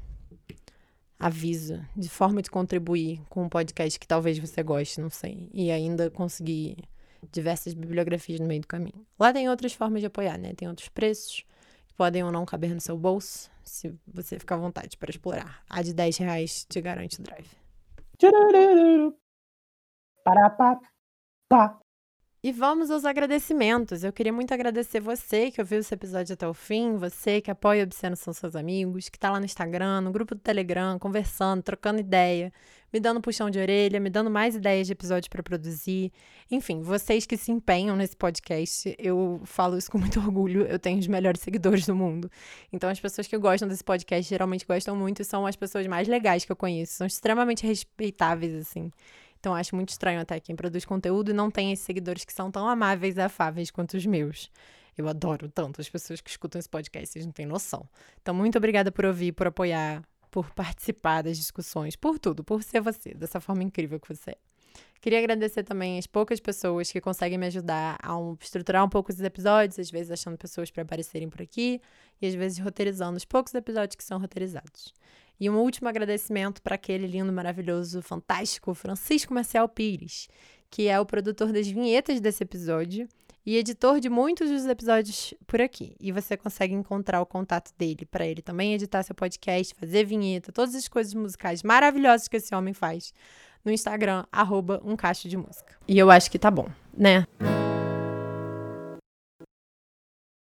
aviso de forma de contribuir com um podcast que talvez você goste, não sei, e ainda conseguir diversas bibliografias no meio do caminho. Lá tem outras formas de apoiar, né? Tem outros preços que podem ou não caber no seu bolso, se você ficar à vontade para explorar. A de R$10 te garante o Drive. E vamos aos agradecimentos. Eu queria muito agradecer você que ouviu esse episódio até o fim, você que apoia o Obsceno São Seus Amigos, que tá lá no Instagram, no grupo do Telegram, conversando, trocando ideia, me dando puxão de orelha, me dando mais ideias de episódio para produzir. Enfim, vocês que se empenham nesse podcast, eu falo isso com muito orgulho, eu tenho os melhores seguidores do mundo. Então as pessoas que gostam desse podcast geralmente gostam muito e são as pessoas mais legais que eu conheço, são extremamente respeitáveis, assim. Então, acho muito estranho até quem produz conteúdo e não tem esses seguidores que são tão amáveis e afáveis quanto os meus. Eu adoro tanto as pessoas que escutam esse podcast, vocês não têm noção. Então, muito obrigada por ouvir, por apoiar, por participar das discussões, por tudo, por ser você, dessa forma incrível que você é. Queria agradecer também as poucas pessoas que conseguem me ajudar a estruturar um pouco os episódios, às vezes achando pessoas para aparecerem por aqui e às vezes roteirizando os poucos episódios que são roteirizados. E um último agradecimento para aquele lindo, maravilhoso, fantástico Francisco Marcial Pires, que é o produtor das vinhetas desse episódio e editor de muitos dos episódios por aqui. E você consegue encontrar o contato dele para ele também editar seu podcast, fazer vinheta, todas as coisas musicais maravilhosas que esse homem faz no Instagram, @umcachode música. E eu acho que tá bom, né?